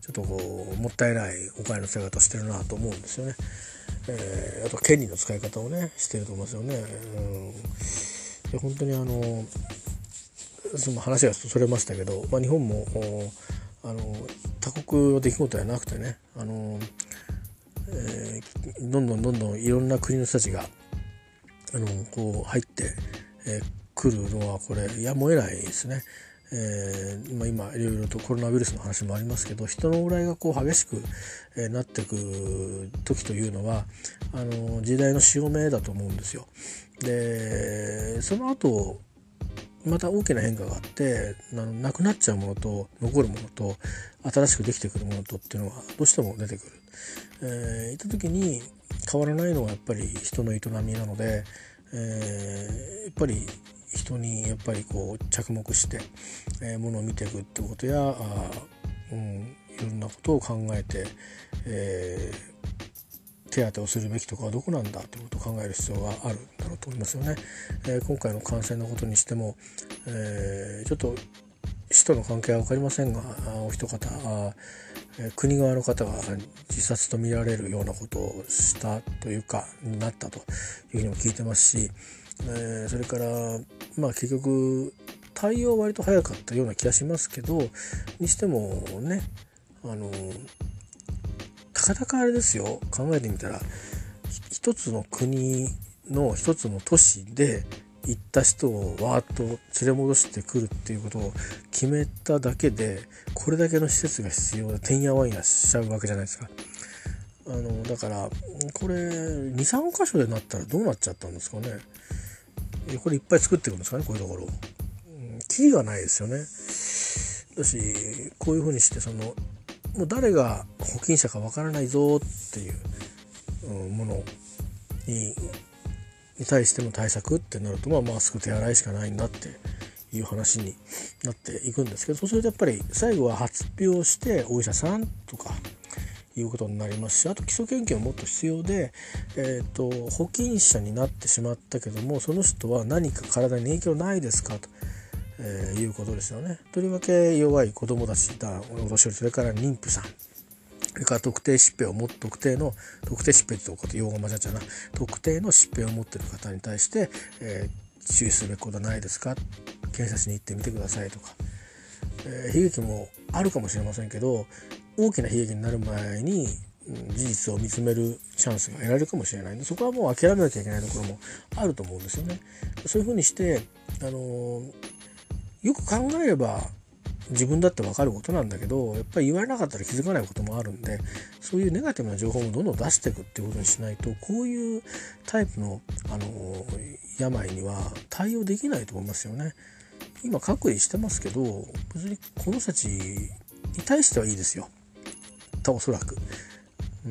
Speaker 1: ちょっとこうもったいないお金の使い方をしてるなと思うんですよね。えー、あと権利の使い方をねしてると思いますよね。うん、で本当にあのその話がそれましたけど、まあ、日本もあの他国の出来事ではなくてね、あの、えー、どんどんどんどんいろんな国の人たちがあのこう入ってえー、来るのはこれやむを得ないですね。えーまあ、今いろいろとコロナウイルスの話もありますけど、人の往来がこう激しく、えー、なっていく時というのはあの時代の潮目だと思うんですよ。でその後また大きな変化があってあのなくなっちゃうものと残るものと新しくできてくるものとっていうのがどうしても出てくる。えー、いった時に変わらないのはやっぱり人の営みなので、えー、やっぱり人にやっぱりこう着目して、えー、ものを見ていくってことやあ、うん、いろんなことを考えて、えー、手当てをするべきところはどこなんだということを考える必要があるんだろうと思いますよね。えー、今回の感染のことにしても、えー、ちょっと死との関係は分かりませんがお一方あ国側の方が自殺と見られるようなことをしたというかになったというふうにも聞いてますし、えー、それからまあ結局対応は割と早かったような気がしますけどにしてもねあのたかだかあれですよ、考えてみたら一つの国の一つの都市で行った人をわーっと連れ戻してくるっていうことを決めただけでこれだけの施設が必要でてんやわんやしちゃうわけじゃないですか。あのだからこれ にさん 箇所でなったらどうなっちゃったんですかね。これいっぱい作ってるんですかね、こういうところ。キリがないですよね。だしこういうふうにしてそのもう誰が保菌者かわからないぞっていう、うん、ものにに対しての対策ってなると、まあ、マスク手洗いしかないんだっていう話になっていくんですけど、そうするとやっぱり最後は発表してお医者さんとかいうことになりますし、あと基礎研究ももっと必要で、えーと、保菌者になってしまったけどもその人は何か体に影響ないですかと、えー、いうことですよね。とりわけ弱い子どもたちだ、お年寄り、それから妊婦さん、それから特定疾病を持って特定の特定疾病ってこと用語間違っちゃうな特定の疾病を持っている方に対して、えー、注意すべきことはないですか、検査しに行ってみてくださいとか、えー、悲劇もあるかもしれませんけど大きな悲劇になる前に、うん、事実を見つめるチャンスが得られるかもしれないので、そこはもう諦めなきゃいけないところもあると思うんですよね。そういうふうにして、あのー、よく考えれば自分だって分かることなんだけどやっぱり言われなかったら気づかないこともあるんで、そういうネガティブな情報もどんどん出していくっていうことにしないとこういうタイプの、あの病には対応できないと思いますよね。今隔離してますけど別にこの人たちに対してはいいですよ、おそらく、うん、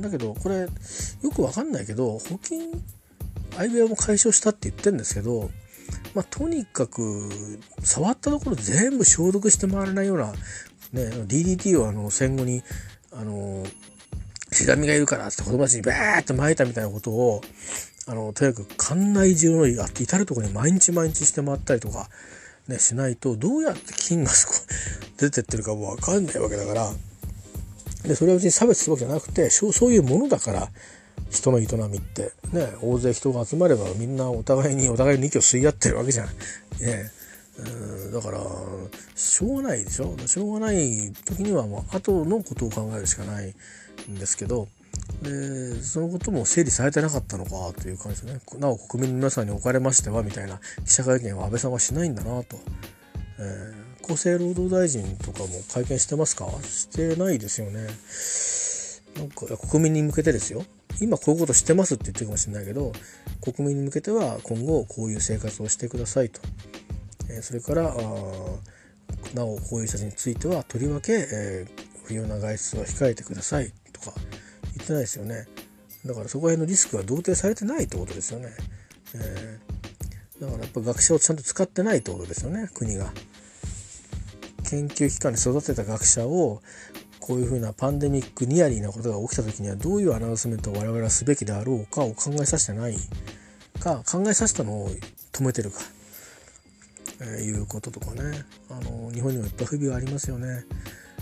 Speaker 1: だけどこれよく分かんないけど保険相部屋も解消したって言ってるんですけど、まあ、とにかく触ったところ全部消毒して回らないような、ね、ディーディーティー をあの戦後にあのシラミがいるからって子供たちにバーって撒いたみたいなことをあのとにかく館内中の至るところに毎日毎日して回ったりとか、ね、しないとどうやって菌が出てってるかも分かんないわけだから、でそれは別に差別するわけじゃなくてそういうものだから人の営みってね、大勢人が集まればみんなお互いにお互いに息を吸い合ってるわけじゃない、ね、うんだからしょうがないでしょ。しょうがない時にはもう後のことを考えるしかないんですけど、でそのことも整理されてなかったのかという感じですね。なお国民の皆さんにおかれましてはみたいな記者会見は安倍さんはしないんだなと、えー、厚生労働大臣とかも会見してますか？してないですよね。なんか国民に向けてですよ、今こういうことしてますって言ってるかもしれないけど国民に向けては今後こういう生活をしてくださいと、えー、それからあなおこういう人たちについてはとりわけ、えー、不要な外出は控えてくださいとか言ってないですよね。だからそこら辺のリスクが同定されてないってことですよね、えー、だからやっぱ学者をちゃんと使ってないってことですよね。国が研究機関で育てた学者をこういうふうなパンデミックニアリーなことが起きた時にはどういうアナウンスメントを我々はすべきであろうかを考えさせてないか、考えさせたのを止めてるか、えー、いうこととかね、あの日本にもいっぱい不備がありますよね。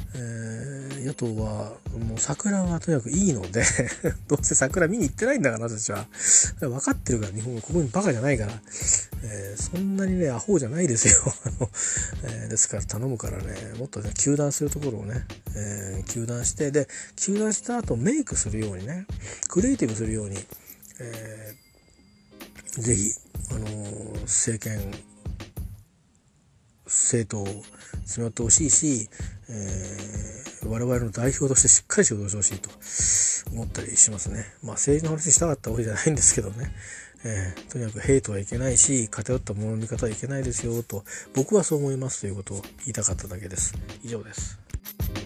Speaker 1: えー、野党はもう桜はとにかくいいのでどうせ桜見に行ってないんだから私は分かってるから、日本はここにバカじゃないから、えー、そんなにねアホじゃないですよあの、えー、ですから頼むからね、もっとね糾弾するところをね、えー、糾弾して、で糾弾した後メイクするようにね、クリエイティブするように、えー、ぜひあのー、政権政党を詰まってほしいし、えー、我々の代表としてしっかり仕事をしてほしいと思ったりしますね。まあ政治の話したかったわけじゃないんですけどね、えー、とにかくヘイトはいけないし、偏ったものの見方はいけないですよと僕はそう思いますということを言いたかっただけです。以上です。